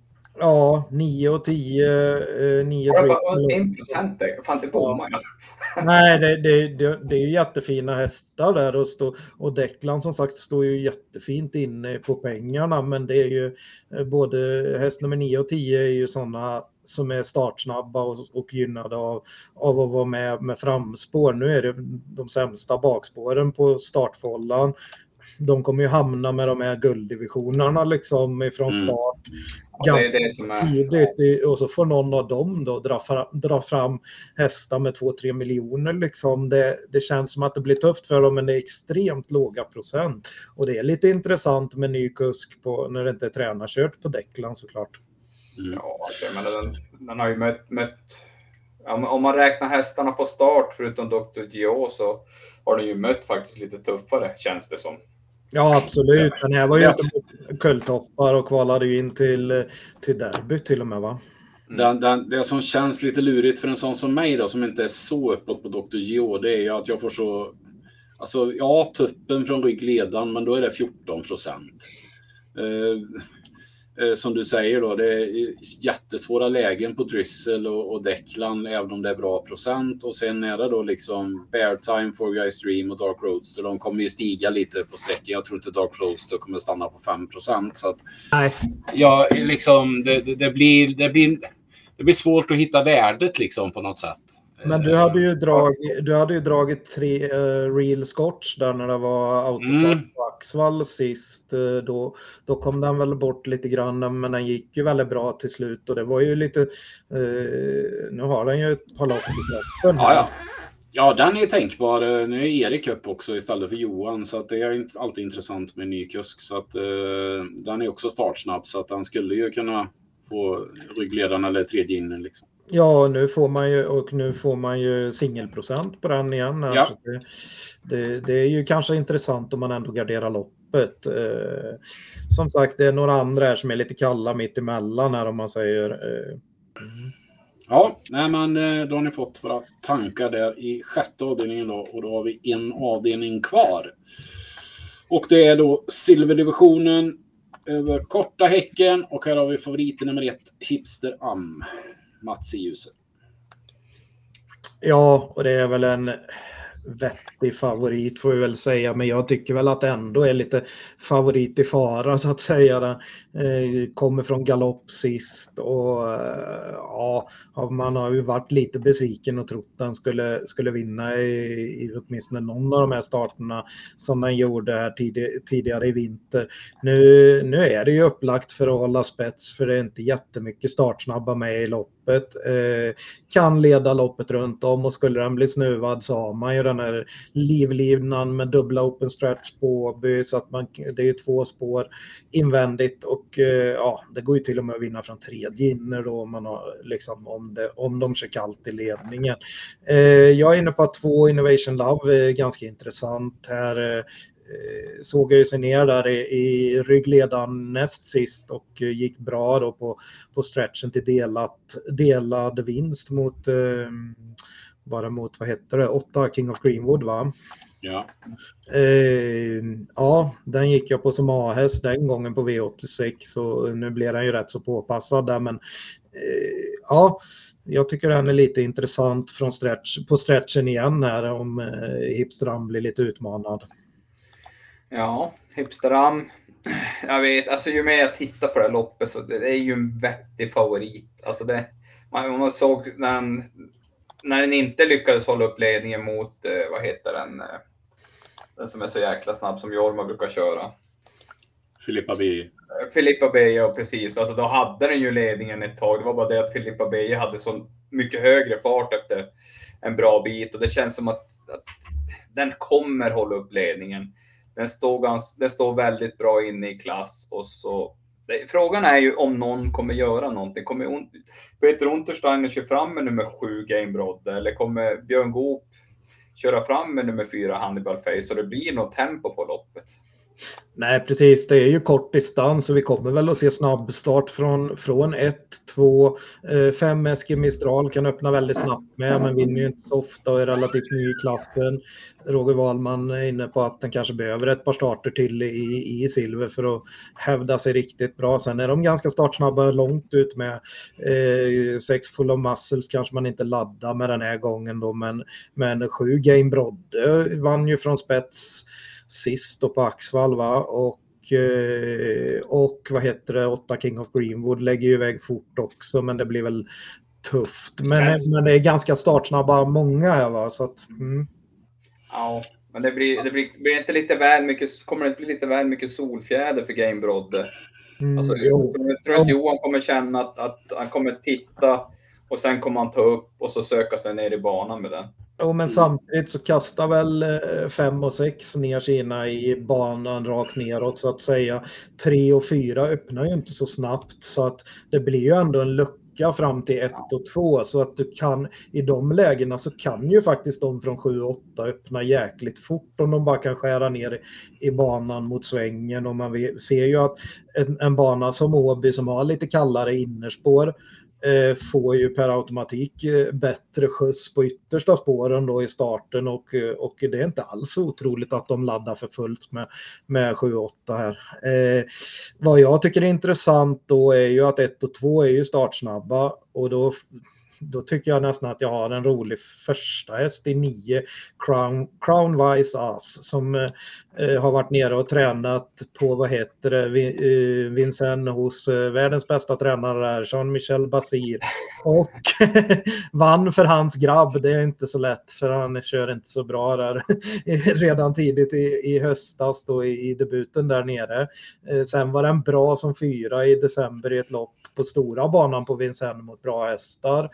Ja, nio och tio. Eh, nio det var en procent där. Fan, det bommar jag. Nej, det, det, det, det är ju jättefina hästar där och, stå, och Declan som sagt står ju jättefint inne på pengarna, men det är ju både häst nummer nio och tio är ju sådana som är startsnabba och, och gynnade av, av att vara med med framspår. Nu är det de sämsta bakspåren på startfållan. De kommer ju hamna med de här gulddivisionerna liksom ifrån start. Mm. Ja, ganska det är det som är... tidigt, och så får någon av dem då dra fram, dra fram hästar med två tre miljoner liksom. Det, det känns som att det blir tufft för dem, men det är extremt låga procent. Och det är lite intressant med ny kusk på, när det inte är tränarkört på Declan såklart. Mm. Ja, men den, den har ju mött, mött om man räknar hästarna på start förutom doktor Gio, så har den ju mött faktiskt lite tuffare, känns det som. Ja, absolut. Den här var ju ute mot kulltoppar och kvalade ju in till, till derby till och med, va? Mm. Den, den, det som känns lite lurigt för en sån som mig då, som inte är så uppåt på doktor Gio, det är ju att jag får så... Alltså, ja, tuppen från ryggledan, men då är det fjorton procent. Uh, uh, som du säger då, det är jättesvåra lägen på Drizzle och, och Declan, även om det är bra procent. Och sen är det då liksom Bear Time, Four Guys Dream och Dark Roadster. De kommer ju stiga lite på sträckan. Jag tror inte Dark Roadster kommer stanna på fem procent. Så att, nej. Ja, liksom, det, det, det, blir, det, blir, det blir svårt att hitta värdet liksom på något sätt. Men du hade ju dragit, du hade ju dragit tre uh, real scotch där när det var autostart mm. på Axvall sist. Uh, då, då kom den väl bort lite grann, men den gick ju väldigt bra till slut. Och det var ju lite, uh, nu har den ju ett par lopp i kroppen. Ja, ja. Ja, den är tänkbar. Nu är Erik upp också istället för Johan, så att det är inte alltid intressant med ny kusk. Så att uh, den är också startsnabb, så att den skulle ju kunna få ryggledaren eller tredje in liksom. Ja, nu får man ju, och nu får man ju singelprocent på den igen. Ja. Alltså det, det, det är ju kanske intressant om man ändå garderar loppet. Eh, som sagt, det är några andra här som är lite kalla mitt emellan här, om man säger. Eh. Mm. Ja, nej men då har ni fått våra tankar där i sjätte avdelningen då, och då har vi en avdelning kvar. Och det är då silverdivisionen över korta häcken, och här har vi favoriten nummer ett, Hipster Am. Mats i ljuset. Ja, och det är väl en vettig favorit får vi väl säga, men jag tycker väl att det ändå är lite favorit i fara så att säga. Den, eh, kommer från galopp sist och eh, ja, man har ju varit lite besviken och trott att den skulle, skulle vinna i, i åtminstone någon av de här starterna som den gjorde här tid, tidigare i vinter. Nu, nu är det ju upplagt för att hålla spets, för det är inte jättemycket startsnabba med i loppet. Eh, kan leda loppet runt om, och skulle den bli snuvad så har man ju den här livlivnan med dubbla open stretch på Åby, så att man, det är ju två spår invändigt, och eh, ja, det går ju till och med att vinna från tredje inner då, man har, liksom, om, det, om de kör kallt i ledningen. Eh, jag är inne på att två Innovation Love är ganska intressant här. Eh, såg jag ju sig ner där i, i ryggledan näst sist och gick bra då på, på stretchen till delat, delad vinst mot eh, bara mot, vad heter det, åtta King of Greenwood, va? Ja. Eh, ja, den gick jag på som A-häst den gången på V åttiosex, och nu blir den ju rätt så påpassad där, men eh, ja, jag tycker den är lite intressant från stretch, på stretchen igen här, om eh, Hipsteram blir lite utmanad. Ja, Hipsteram, jag vet, alltså ju mer jag tittar på det här loppet så det är ju en vettig favorit. Alltså det, man, man såg när den, när den inte lyckades hålla upp ledningen mot, eh, vad heter den, eh, den som är så jäkla snabb som Jorma brukar köra. Filippa B. Filippa B, ja precis. Alltså då hade den ju ledningen ett tag. Det var bara det att Filippa B hade så mycket högre fart efter en bra bit. Och det känns som att, att den kommer hålla upp ledningen. Den står, gans, den står väldigt bra inne i klass. Och så det, frågan är ju om någon kommer göra någonting. Kommer Peter Untersteiner köra fram med nummer sju Gamebrodde, eller kommer Björn Goop köra fram med nummer fyra Hannibal Face, så det blir något tempo på loppet? Nej, precis. Det är ju kort distans och vi kommer väl att se snabbstart från, från ett, två, fem Eske Mistral kan öppna väldigt snabbt med, men vinner ju inte så ofta och är relativt ny i klassen. Roger Wahlman är inne på att den kanske behöver ett par starter till i, i silver för att hävda sig riktigt bra. Sen är de ganska startsnabba långt ut med eh, sex Full of Muscles kanske man inte laddar med den här gången då, men, men sju Gamebrodde vann ju från spets sist då på Axvall, va? Och, och vad heter det, åtta King of Greenwood lägger ju iväg fort också, men det blir väl tufft. Men, men det är ganska startsnabba många här, va? Så att, mm. Ja, men det blir, det blir, blir inte lite väl mycket, kommer det inte bli lite väl mycket solfjäder för Gamebrodde? Mm, alltså, jag tror att Johan kommer känna att, att han kommer titta och sen kommer han ta upp och så söka sig ner i banan med den. Jo, men samtidigt så kastar väl fem och sex ner sina i banan rakt neråt så att säga. Tre och fyra öppnar ju inte så snabbt, så att det blir ju ändå en lucka fram till ett och två, så att du kan i de lägena så kan ju faktiskt de från sju och åtta öppna jäkligt fort om de bara kan skära ner i banan mot svängen. Och man ser ju att en, en bana som Åby som har lite kallare innerspår får ju per automatik bättre skjuts på yttersta spåren då i starten, och, och det är inte alls otroligt att de laddar för fullt med, med sju åtta här. Eh, vad jag tycker är intressant då är ju att ett och två är ju startsnabba, och då Då tycker jag nästan att jag har en rolig första häst i nio Crown, Crown Wise Ass som eh, har varit nere och tränat på, vad heter det, Vincennes hos eh, världens bästa tränare där, Jean-Michel Basir, och vann för hans grabb. Det är inte så lätt för han kör inte så bra där redan tidigt i, i höstas då i, i debuten där nere. Eh, sen var den bra som fyra i december i ett lopp på stora banan på Vincennes mot bra hästar.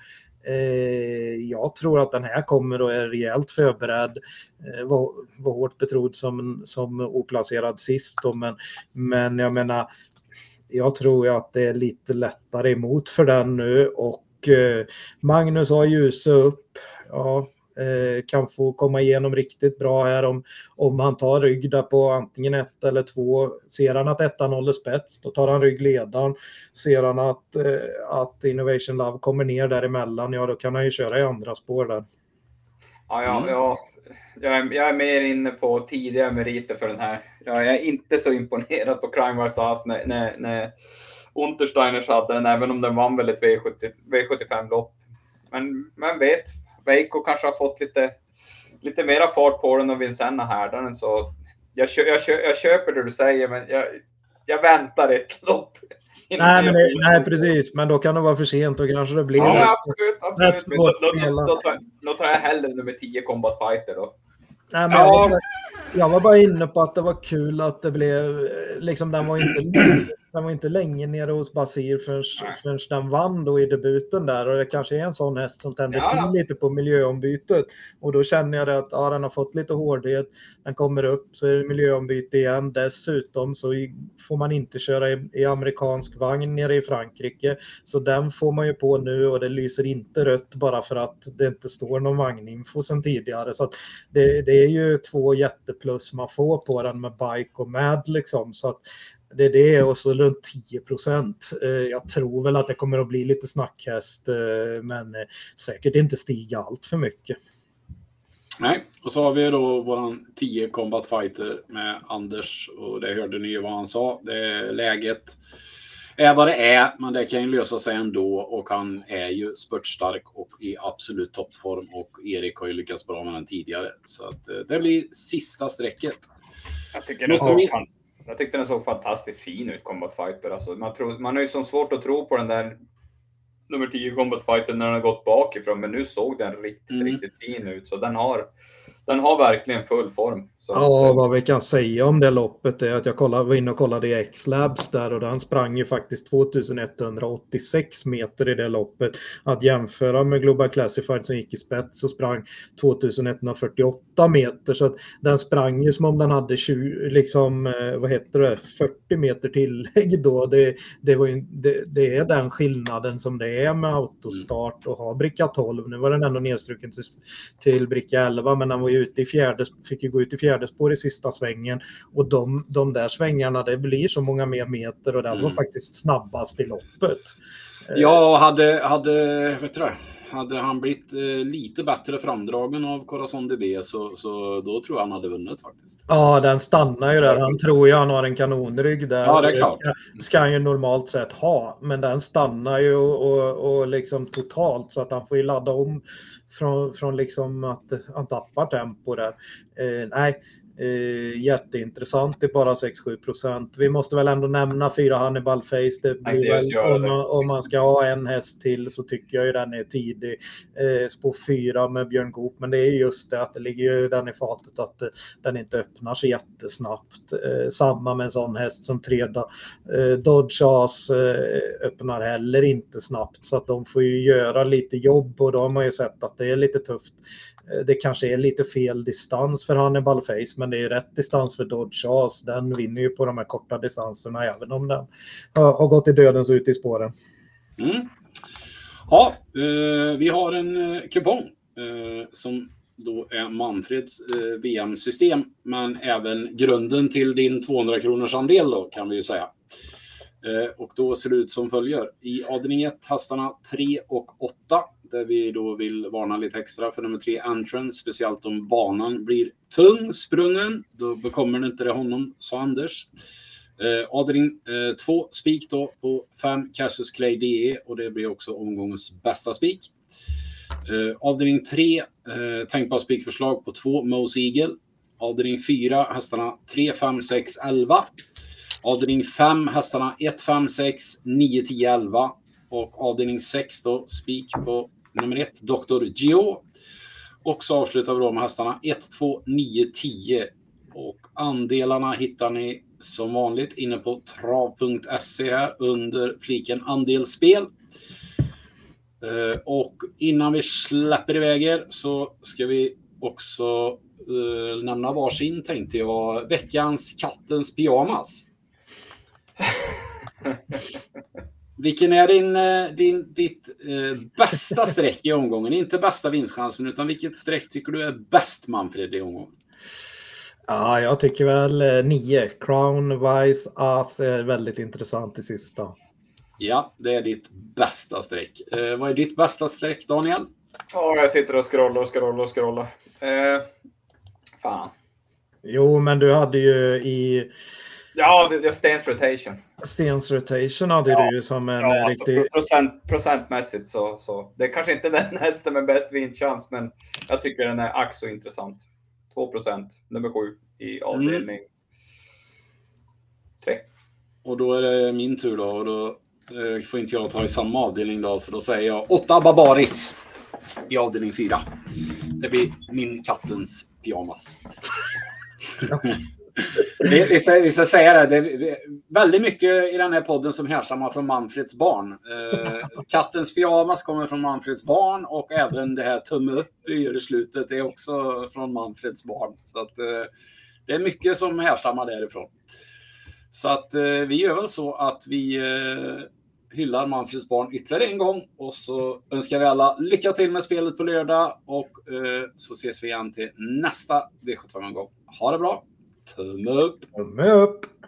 Eh, jag tror att den här kommer och är rejält förberedd. Eh, var, var hårt betrodd som, som oplacerad sist då, men, men jag menar, jag tror ju att det är lite lättare emot för den nu, och eh, Magnus har ljusat upp. Ja, kan få komma igenom riktigt bra här om, om han tar rygg där på antingen ett eller två. Ser han att ettan håller spets, då tar han ryggledaren. Ser han att, att Innovation Love kommer ner däremellan, ja då kan han ju köra i andra spår där. Ja, ja, ja. Jag, är, jag är mer inne på tidiga meriter för den här. Jag är inte så imponerad på Crime Wise Ass när, när, när Untersteiners hade den, även om den vann väl ett V sjuttio, V sjuttiofem-lopp. Men man vet, Veiko kanske har fått lite, lite mera fart på den och Vincennes härdar den, så jag, kö, jag, kö, jag köper det du säger, men jag, jag väntar ett lopp. Nej, men det, nej, precis, men då kan det vara för sent och kanske det blir... Ja, rätt, absolut, absolut. Men då, då, då, tar, då tar jag hellre nummer tio Combat Fighter då. Nej, men ja. jag, jag var bara inne på att det var kul att det blev, liksom den var inte den var inte länge nere hos Basir förrän, förrän den vann då i debuten där, och det kanske är en sån häst som tänder ja. till lite på miljöombytet, och då känner jag att ja, den har fått lite hårdhet, den kommer upp så är det miljöombyte igen. Dessutom så får man inte köra i, i amerikansk vagn nere i Frankrike, så den får man ju på nu, och det lyser inte rött bara för att det inte står någon vagninfo sedan tidigare, så att det, det är ju två jätteplus man får på den med bike och mad liksom, så att det är det, och så runt tio procent. Jag tror väl att det kommer att bli lite snackhäst, men säkert inte stiga allt för mycket. Nej, och så har vi då våran tio Combat Fighter med Anders, och det hörde ni ju vad han sa. Det är läget är vad det är, men det kan ju lösa sig ändå, och han är ju spurtstark och i absolut toppform, och Erik har ju lyckats bra med den tidigare, så att det blir sista strecket. Jag tycker det är så fan. Jag tyckte den såg fantastiskt fin ut, Combat Fighter. Alltså, man, tror, man har ju så svårt att tro på den där nummer tio Combat Fighter när den har gått bakifrån. Men nu såg den riktigt, mm. riktigt fin ut. Så den har, Den har verkligen full form. Så ja, vad vi kan säga om det loppet är att jag kollade, var inne och kollade i X-Labs där och den sprang ju faktiskt tvåtusenetthundraåttiosex meter i det loppet. Att jämföra med Global Classified som gick i spets och sprang tvåtusenetthundrafyrtioåtta meter. Så att den sprang ju som om den hade tjugo, liksom, vad heter det, fyrtio meter tillägg då. Det, det, var ju, det, det är den skillnaden som det är med autostart och ha bricka tolv. Nu var den ändå nedstruken till, till bricka elva, men den var ju ute i fjärde, fick ju gå ut i fjärde spår i sista svängen och de, de där svängarna, det blir så många mer meter och den mm. var faktiskt snabbast i loppet. Ja, hade, hade, vet du det, hade han blivit eh, lite bättre framdragen av Corazon D B så, så då tror jag han hade vunnit faktiskt. Ja, den stannar ju där. Han tror ju han har en kanonrygg där. Ja, det är klart. Ska, ska han ju normalt sett ha, men den stannar ju och, och, och liksom totalt så att han får ju ladda om från, från liksom att han tappar tempo där. Eh, nej, eh, jätteintressant. Det är bara sex till sju procent. Vi måste väl ändå nämna fyra Hannibal Face. Det blir väl, om, man, om man ska ha en häst till så tycker jag ju den är tidig. Eh, spår fyra med Björn Goop. Men det är just det att det ligger ju den i fatet att eh, den inte öppnar sig jättesnabbt. Eh, samma med en sån häst som Treda. Eh, Dodge As eh, öppnar heller inte snabbt. Så att de får ju göra lite jobb och då har man ju sett att det är lite tufft. Det kanske är lite fel distans för Hannibal Face, men det är rätt distans för Dodge As. Den vinner ju på de här korta distanserna även om den har gått i dödens ut i spåren. Mm. Ja, eh, vi har en eh, kupong eh, som då är Manfreds eh, V M-system, men även grunden till din tvåhundra kronors andel då, kan vi ju säga. Eh, och då ser det ut som följer. I avdelning ett hästarna tre och åtta. Där vi då vill varna lite extra för nummer tre Entrance. Speciellt om banan blir tung sprungen. Då bekommer det inte det honom, sa Anders. Eh, avdelning två spik då på fem Cassius Clay D E. Och det blir också omgångens bästa spik. Eh, avdelning tre eh, tänkbara spikförslag på två Mose Eagle. Avdelning fyra hästarna tre, fem, sex, elva. Avdelning fem hästarna ett, fem, sex, nio, tio, elva. Och avdelning sex då spik på nummer ett doktor Gio. Och så avslutar vi då med hästarna ett, två, nio, tio. Och andelarna hittar ni som vanligt inne på trav punkt se här under fliken andelsspel. Och innan vi släpper iväg er så ska vi också uh, nämna varsin, tänkte jag, veckans kattens pyjamas. Vilken är din, din, ditt eh, bästa streck i omgången? Inte bästa vinstchansen, utan vilket streck tycker du är bäst, Manfred, i omgången? Ja, jag tycker väl eh, nio. Crown, Vice, As är väldigt intressant i sista. Ja, det är ditt bästa streck. Eh, vad är ditt bästa streck, Daniel? Ja, jag sitter och scrollar och scrollar och scrollar. Eh, fan. Jo, men du hade ju i... Ja, det är Stens Rotation. Stens Rotation hade ja. du ju som en ja, riktig... Alltså, procent, procentmässigt så, så. Det är kanske inte den hästen med bäst vinstchans, men jag tycker den är ack så intressant. två procent, nummer sju i avdelning mm. tre. Och då är det min tur då. Och då eh, får inte jag ta i samma avdelning då. Så då säger jag åtta Barbaris i avdelning fyra. Det blir min kattens pyjamas. Ja. Vi, vi, ska, vi ska säga det, det är väldigt mycket i den här podden som härstammar från Manfreds barn. Eh, kattens pyjamas kommer från Manfreds barn och även det här tumme upp vi gör i slutet är också från Manfreds barn. Så att, eh, det är mycket som härstammar därifrån. Så att eh, vi gör väl så att vi eh, hyllar Manfreds barn ytterligare en gång och så önskar vi alla lycka till med spelet på lördag och eh, så ses vi igen till nästa V sjuttiofem-gång. Ha det bra! Tumme upp! Tumme upp!